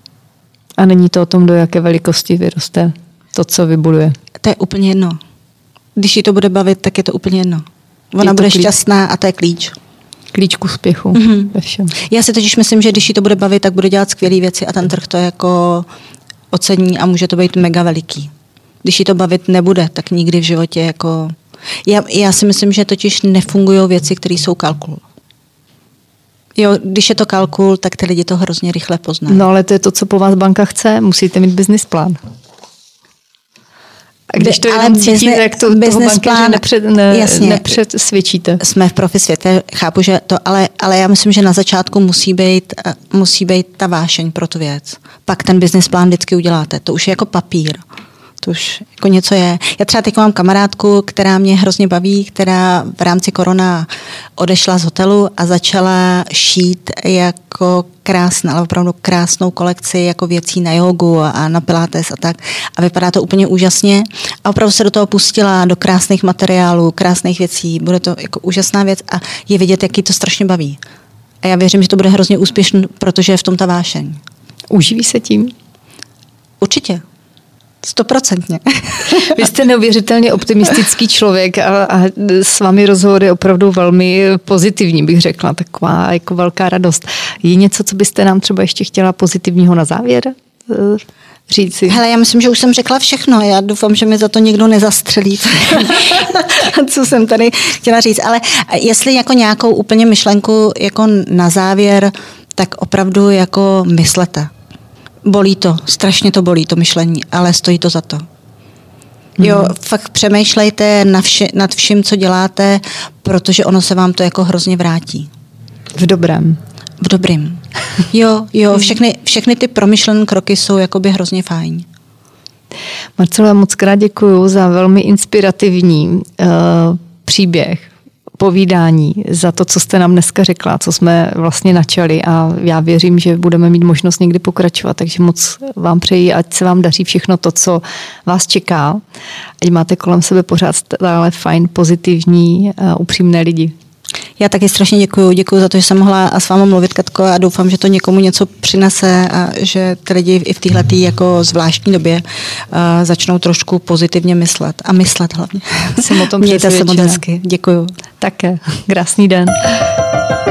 A není to o tom, do jaké velikosti vyroste to, co vybuduje? To je úplně jedno. Když jí to bude bavit, tak je to úplně jedno. Ona bude šťastná a to je klíč. Klíč k úspěchu ve všem. Já si totiž myslím, že když jí to bude bavit, tak bude dělat skvělé věci a ten trh to jako ocení a může to být mega veliký. Když jí to bavit nebude, tak nikdy v životě jako... Já si myslím, že totiž nefungují věci, které jsou kalkul. Jo, když je to kalkul, tak ty lidi to hrozně rychle poznají. No ale to je to, co po vás banka chce. Musíte mít business plán. A když to jenom cítíte, jak to toho bankéře nepředsvědčíte. Jsme v profi světě, chápu, že to, ale já myslím, že na začátku musí být ta vášeň pro tu věc. Pak ten business plán vždycky uděláte. To už je jako papír. To už jako něco je. Já třeba teď mám kamarádku, která mě hrozně baví, která v rámci korona odešla z hotelu a začala šít jako ale opravdu krásnou kolekci jako věcí na jogu a na pilates a tak. A vypadá to úplně úžasně. A opravdu se do toho pustila, do krásných materiálů, krásných věcí. Bude to jako úžasná věc a je vidět, jak jí to strašně baví. A já věřím, že to bude hrozně úspěšný, protože je v tom ta vášeň. Uživí se tím? Určitě. 100%. Vy jste neuvěřitelně optimistický člověk a s vámi rozhovor je opravdu velmi pozitivní, bych řekla. Taková jako velká radost. Je něco, co byste nám třeba ještě chtěla pozitivního na závěr říci? Hele, já myslím, že už jsem řekla všechno. Já doufám, že mi za to někdo nezastřelí. Co jsem tady chtěla říct. Ale jestli jako nějakou úplně myšlenku jako na závěr, tak opravdu jako myslete. Bolí to, strašně to bolí, to myšlení, ale stojí to za to. Jo, fakt přemýšlejte nad vším, co děláte, protože ono se vám to jako hrozně vrátí. V dobrém. V dobrým. Jo, všechny ty promyšlené kroky jsou jakoby hrozně fajn. Marcelo, moc krát děkuju za velmi inspirativní příběh. povídání, za to, co jste nám dneska řekla, co jsme vlastně načali a já věřím, že budeme mít možnost někdy pokračovat, takže moc vám přeji, ať se vám daří všechno to, co vás čeká, ať máte kolem sebe pořád stále fajn, pozitivní, upřímné lidi. Já taky strašně děkuju za to, že jsem mohla s vámi mluvit, Katko, a doufám, že to někomu něco přinese a že ty lidi i v téhleté jako zvláštní době začnou trošku pozitivně myslet a myslet hlavně. Jsem o tom Mějte se moc hezky. Děkuju. Také. Krásný den.